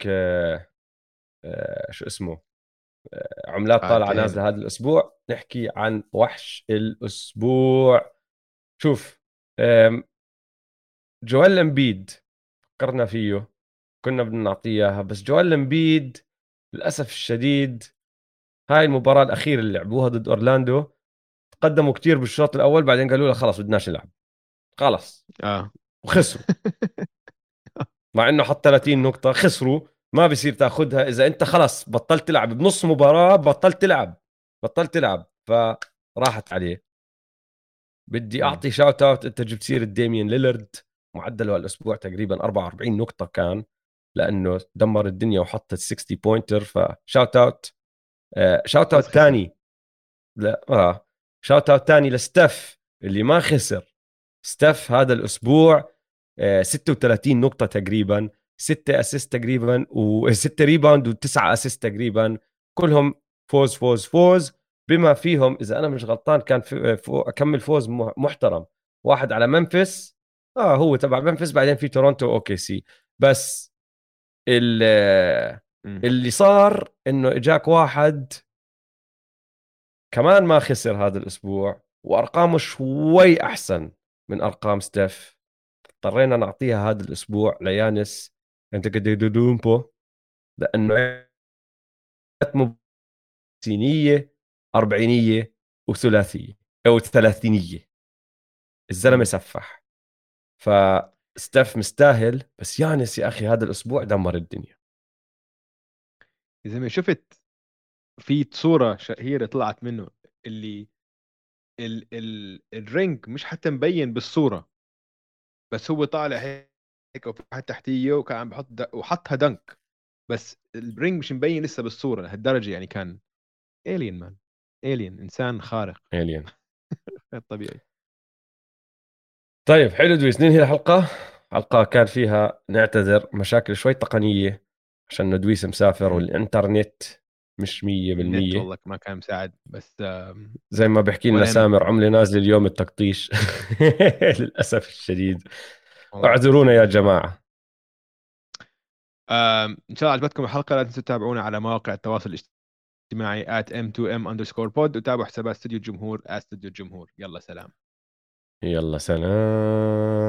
B: شو اسمه عملات طالعه
A: انتهينا.
B: نازله هذا الاسبوع. نحكي عن وحش الاسبوع. شوف آم، جوال امبيد فكرنا فيه، كنا بدنا نعطيه اياها، بس جوال امبيد للاسف الشديد هاي المباراه الاخيره اللي لعبوها ضد اورلاندو تقدموا كتير بالشوط الاول، بعدين قالوا له خلص بدناش نلعب خلص،
A: اه.
B: وخسروا. مع انه حط 30 نقطة خسروا. ما بصير تاخذها اذا انت خلص بطلت تلعب بنص مباراة، بطلت تلعب بطلت تلعب، فراحت عليه. بدي
A: امم
B: اعطي شاوت اوت، انت جبت سيرة ديميان ليلرد، معدله هالاسبوع تقريبا 44 نقطة كان، لانه دمر الدنيا وحط ال 60 بوينتر. فشاوت اوت. شاوت
A: بس
B: اوت
A: خسر.
B: ثاني. لا شاوت اوت ثاني لستف اللي ما خسر. ستاف هذا الاسبوع 36 نقطة تقريبا، 6 اسيست تقريبا، و6 ريباوند و9 اسيست تقريبا، كلهم فوز فوز فوز. بما فيهم اذا انا مش غلطان كان في اكمل فوز محترم، واحد على منفس. هو تبع منفس، بعدين في تورونتو اوكي سي. بس
A: امم
B: اللي صار انه اجاك واحد كمان ما خسر هذا الاسبوع، وارقامه شوي احسن من ارقام ستيف. اضطرينا نعطيها هذا الاسبوع ليانس انت دومبو، لانه سينيه، اربعينيه، وثلاثيه او ثلاثينيه. الزلمه
A: امم
B: سفح. فستيف مستاهل، بس يانس يا اخي هذا الاسبوع دمر الدنيا.
A: يا زلمه شفت في صوره شهيره طلعت منه، اللي الرينج مش حتى مبين بالصوره، بس هو طالع هيك وفي واحد تحتيه وكان عم بحط وحطها دنك، بس الرينج مش مبين لسه بالصوره لهالدرجه يعني. كان الين مان، الين انسان خارق
B: الين.
A: غير طبيعي.
B: طيب حلو دويس، ننهي الحلقه. حلقه كان فيها نعتذر مشاكل شوي تقنيه عشان دويس مسافر
A: مم.
B: والانترنت مش
A: النت
B: 100%.
A: والله ما كان مساعد، بس
B: زي ما بيحكي لنا
A: ولا يهمك.
B: سامر، عملة نازلة اليوم التقطيش. للأسف الشديد.
A: والله
B: اعذرونا يا
A: يعني
B: جماعة.
A: ان شاء الله عجبتكم الحلقه. لا تنسوا تتابعونا على مواقع التواصل الاجتماعي @m2m_pod، وتابعوا حسابات استوديو الجمهور @استوديو الجمهور. يلا سلام.
B: يلا سلام.